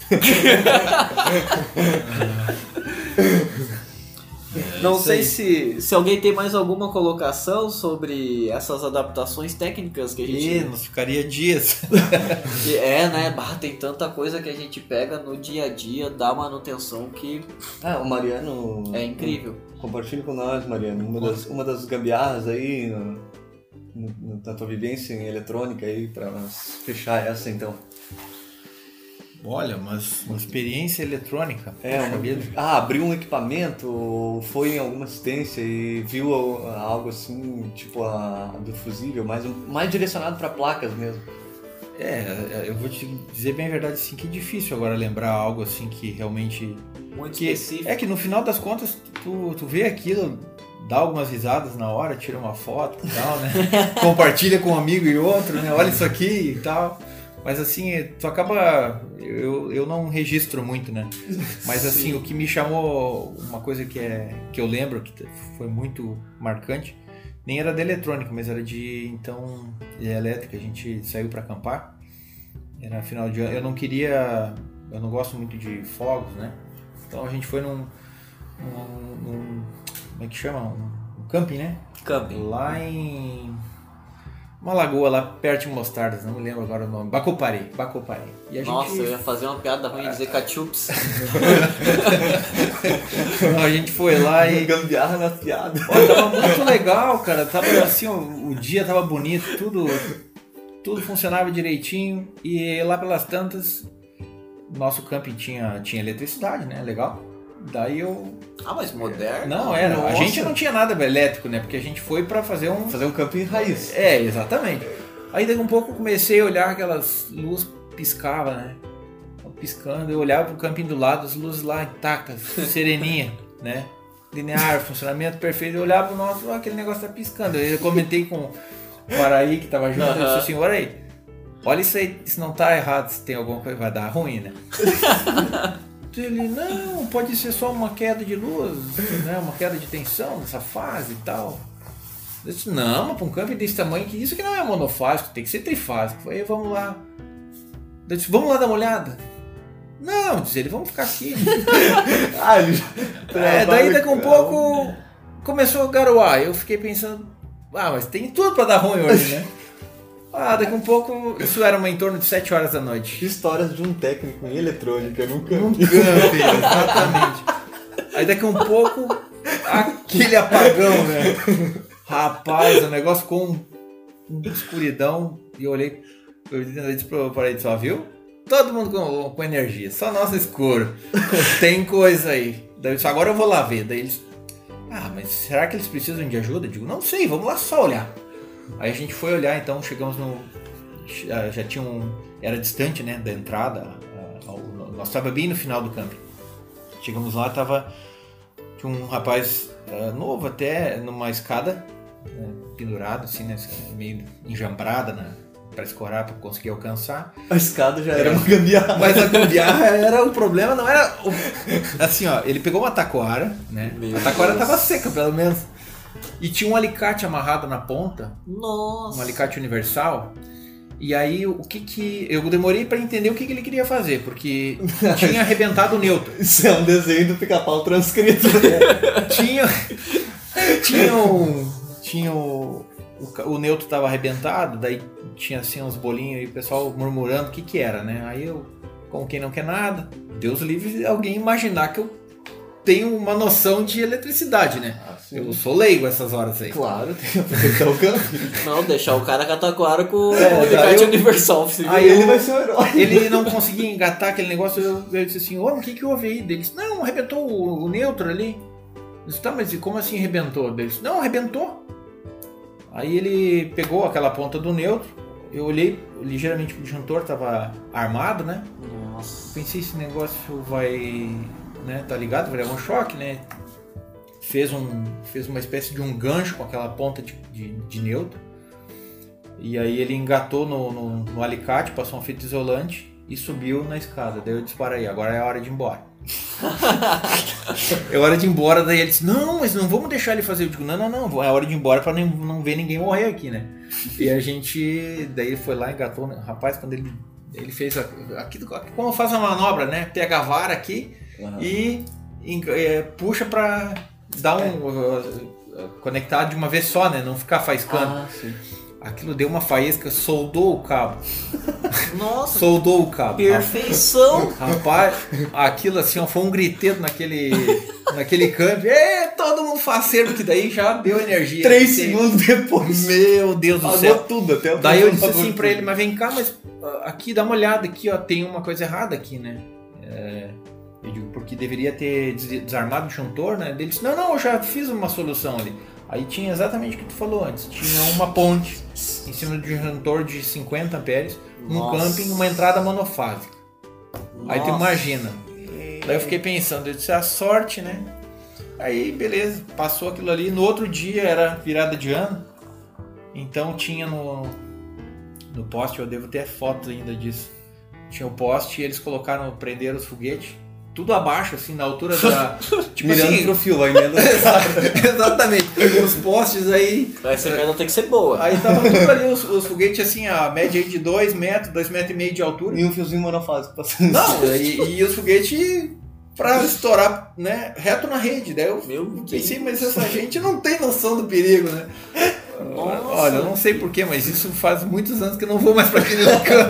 Não isso sei aí. se, se alguém tem mais alguma colocação sobre essas adaptações técnicas que a gente... Ih, nós ficaria dias. que é, né? Bah, tem tanta coisa que a gente pega no dia a dia da manutenção que Ah, o Mariano. é incrível. Compartilha com nós, Mariano, uma das, uma das gambiarras aí no, no, na tua vivência em eletrônica aí, para nós fechar essa então. Olha, mas uma experiência eletrônica. É, Poxa uma, vida. ah, abriu um equipamento, foi em alguma assistência e viu al- algo assim, tipo a do fusível, mais, um- mais direcionado para placas mesmo. É, eu vou te dizer bem a verdade, assim, que é difícil agora lembrar algo assim que realmente... Muito Que, específico. é que no final das contas, tu, tu vê aquilo, dá algumas risadas na hora, tira uma foto e tal, né? Compartilha com um amigo e outro, né? Olha isso aqui e tal. Mas assim, tu acaba... Eu, eu não registro muito, né? Mas assim, Sim. o que me chamou, uma coisa que, é, que eu lembro, que foi muito marcante, nem era de eletrônica, mas era de, então, de elétrica. A gente saiu para acampar, era final de ano. Eu não queria... Eu não gosto muito de fogos, né? Então a gente foi num... num, num como é que chama? Um, um camping, né? Camping. Lá em... uma lagoa lá perto de Mostardas, não me lembro agora o nome. Bacopari, Bacopari. E a Nossa, eu gente... ia fazer uma piada ruim e dizer cachups. a gente foi lá e... Gambiarra na piada. Ó, tava muito legal, cara. Tava assim, o, o dia tava bonito, tudo, tudo funcionava direitinho. E lá pelas tantas, nosso camping tinha, tinha eletricidade, né? Legal. Daí eu... Ah, mas moderno? Não, era. A Nossa. gente não tinha nada elétrico, né? Porque a gente foi pra fazer um... Fazer um camping raiz. É, exatamente. Aí daqui a um pouco eu comecei a olhar aquelas luzes piscava, né? Piscando, eu olhava pro camping do lado, as luzes lá intactas, sereninha, né? Linear, funcionamento perfeito. Eu olhava pro nosso, ó, aquele negócio tá piscando. Eu comentei com o Araí que tava junto, eu disse assim, olha aí, olha isso aí, isso não tá errado, se tem alguma coisa, vai dar ruim, né? Ele, não, pode ser só uma queda de luz, né? Uma queda de tensão nessa fase e tal. Eu disse, não, mas pra um camping desse tamanho, que isso que não é monofásico, tem que ser trifásico. Aí vamos lá. Eu disse, vamos lá dar uma olhada. Não, diz ele, vamos ficar aqui. Ah, ele... É, daí daqui a um pouco começou a garoar. Eu fiquei pensando, ah, mas tem tudo pra dar ruim hoje, né? Ah, daqui a um pouco, isso era uma em torno de sete horas da noite. Histórias de um técnico em eletrônica num Um camping. camping, exatamente. Aí daqui a um pouco, aquele apagão, né? Rapaz, o negócio ficou um, uma escuridão. E eu olhei, eu disse pro parede, só viu? Todo mundo com, com energia, só nós escuro. Tem coisa aí. Daí eu disse, agora eu vou lá ver. Daí eles Ah, mas será que eles precisam de ajuda? Eu digo, não sei, vamos lá só olhar. Aí a gente foi olhar, então chegamos no... Já tinha um... Era distante, né, da entrada. Nós estávamos bem no final do camping. Chegamos lá, tava... Tinha um rapaz uh, novo até, numa escada, né, pendurado, assim, né, meio enjambrada, né, para escorar, para conseguir alcançar. A escada já era uma gambiarra. Mas a gambiarra era o problema, não era... O... Assim, ó, ele pegou uma taquara, né, Meu a taquara Deus. Tava seca, pelo menos, e tinha um alicate amarrado na ponta. Nossa! Um alicate universal. E aí, o que que... Eu demorei pra entender o que que ele queria fazer, porque tinha arrebentado o neutro. Isso é um desenho do Pica-Pau transcrito. É, tinha... Tinha um... Tinha o... O, o neutro tava arrebentado, daí tinha assim uns bolinhos e o pessoal murmurando o que que era, né? Aí eu, como quem não quer nada, Deus livre alguém imaginar que eu tenho uma noção de eletricidade, né? Ah, eu sou leigo essas horas aí. Claro, tem que aproveitar o camping. Não, deixar o cara com a taquara com o alicate universal. Aí ele vai ser o herói. Ele não conseguia engatar aquele negócio, eu, eu disse assim, ô, o que que houve aí? Ele disse, não, arrebentou o, o neutro ali. Eu disse, tá, mas como assim arrebentou? Ele disse, não, arrebentou. Aí ele pegou aquela ponta do neutro, eu olhei ligeiramente pro disjuntor, tava armado, né? Nossa. Pensei, esse negócio vai... Né, tá ligado? Vai levar um choque, né? Fez, um, fez uma espécie de um gancho com aquela ponta de, de, de neutro. E aí ele engatou no, no, no alicate, passou um fita isolante e subiu na escada. Daí eu disse, para aí, agora é a hora de ir embora. É hora de ir embora, daí ele disse, não, mas não vamos deixar ele fazer. Eu digo, não, não, não, é hora de ir embora pra não, não ver ninguém morrer aqui, né? E a gente, daí ele foi lá, engatou, né? Rapaz, quando ele, ele fez aqui, como faz uma manobra, né? Pega a vara aqui, uhum. e é, puxa pra dar um, é. uh, conectar de uma vez só, né? Não ficar faiscando. Ah, sim. Aquilo deu uma faísca, soldou o cabo. Nossa! Soldou o cabo. Perfeição! Rapaz, aquilo assim, ó, foi um griteiro naquele, naquele campo. É, todo mundo faceiro, porque daí já deu energia. Três segundos depois. Meu Deus do céu. Tudo, até o daí eu disse assim pra ele, mas vem cá, mas aqui, dá uma olhada aqui, ó, tem uma coisa errada aqui, né? É, eu digo, porque deveria ter desarmado o disjuntor, né? Ele disse, não, não, eu já fiz uma solução ali. Aí tinha exatamente o que tu falou antes. Tinha uma ponte em cima do disjuntor de cinquenta amperes, um Nossa. camping, uma entrada monofásica. Nossa. Aí tu imagina. Daí eu fiquei pensando, eu disse, a sorte, né? Aí, beleza, passou aquilo ali. No outro dia era virada de ano. Então tinha no, no poste, eu devo ter fotos ainda disso. Tinha o poste e eles colocaram, prenderam os foguetes. Tudo abaixo, assim, na altura da... Tipo mirando assim, pro fio, vai mirando. Exatamente. Os postes aí... Essa merda tem que ser boa. Aí tava tudo ali, os, os foguetes, assim, a média aí de dois metros, dois metros e meio de altura. E um fiozinho monofásico passando. Não, e, e os foguetes pra estourar, né, reto na rede. Daí eu Meu pensei, mas essa gente não tem noção do perigo, né? Nossa. Olha, eu não sei porquê, mas isso faz muitos anos que eu não vou mais pra aquele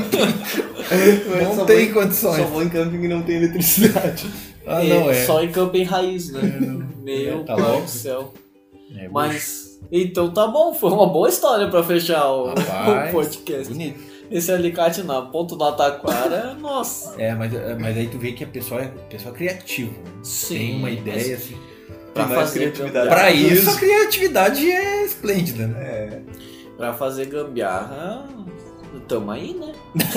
camping. Não tem vou, condições. Só vou em camping e não tem eletricidade. Ah, não é. Só em camping raiz, né? Meu é, tá pai do céu. É, mas, então tá bom, foi uma boa história pra fechar o, Rapaz, o podcast. Bonito. Esse alicate na ponta da taquara, nossa. É, mas, mas aí tu vê que a pessoa é pessoa criativa. Sim, tem uma ideia assim. Pra fazer criatividade. Pra isso, a criatividade é esplêndida, né? É. Pra fazer gambiarra, tamo aí, né?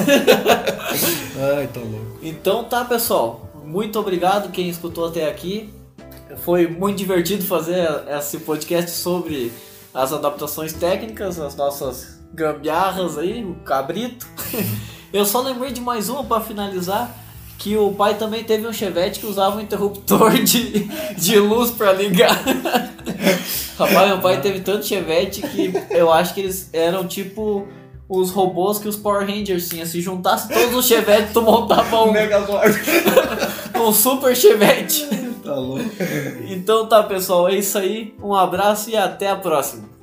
Ai, tô louco. Então tá, pessoal. Muito obrigado quem escutou até aqui. Foi muito divertido fazer esse podcast sobre as adaptações técnicas, as nossas gambiarras aí, o cabrito. Eu só lembrei de mais uma pra finalizar. Que o pai também teve um Chevette que usava um interruptor de, de luz pra ligar. Rapaz, meu pai teve tanto Chevette que eu acho que eles eram tipo os robôs que os Power Rangers tinham. Se juntasse todos os Chevette, tu montava um, um super Chevette. Tá louco. Então tá, pessoal, é isso aí. Um abraço e até a próxima.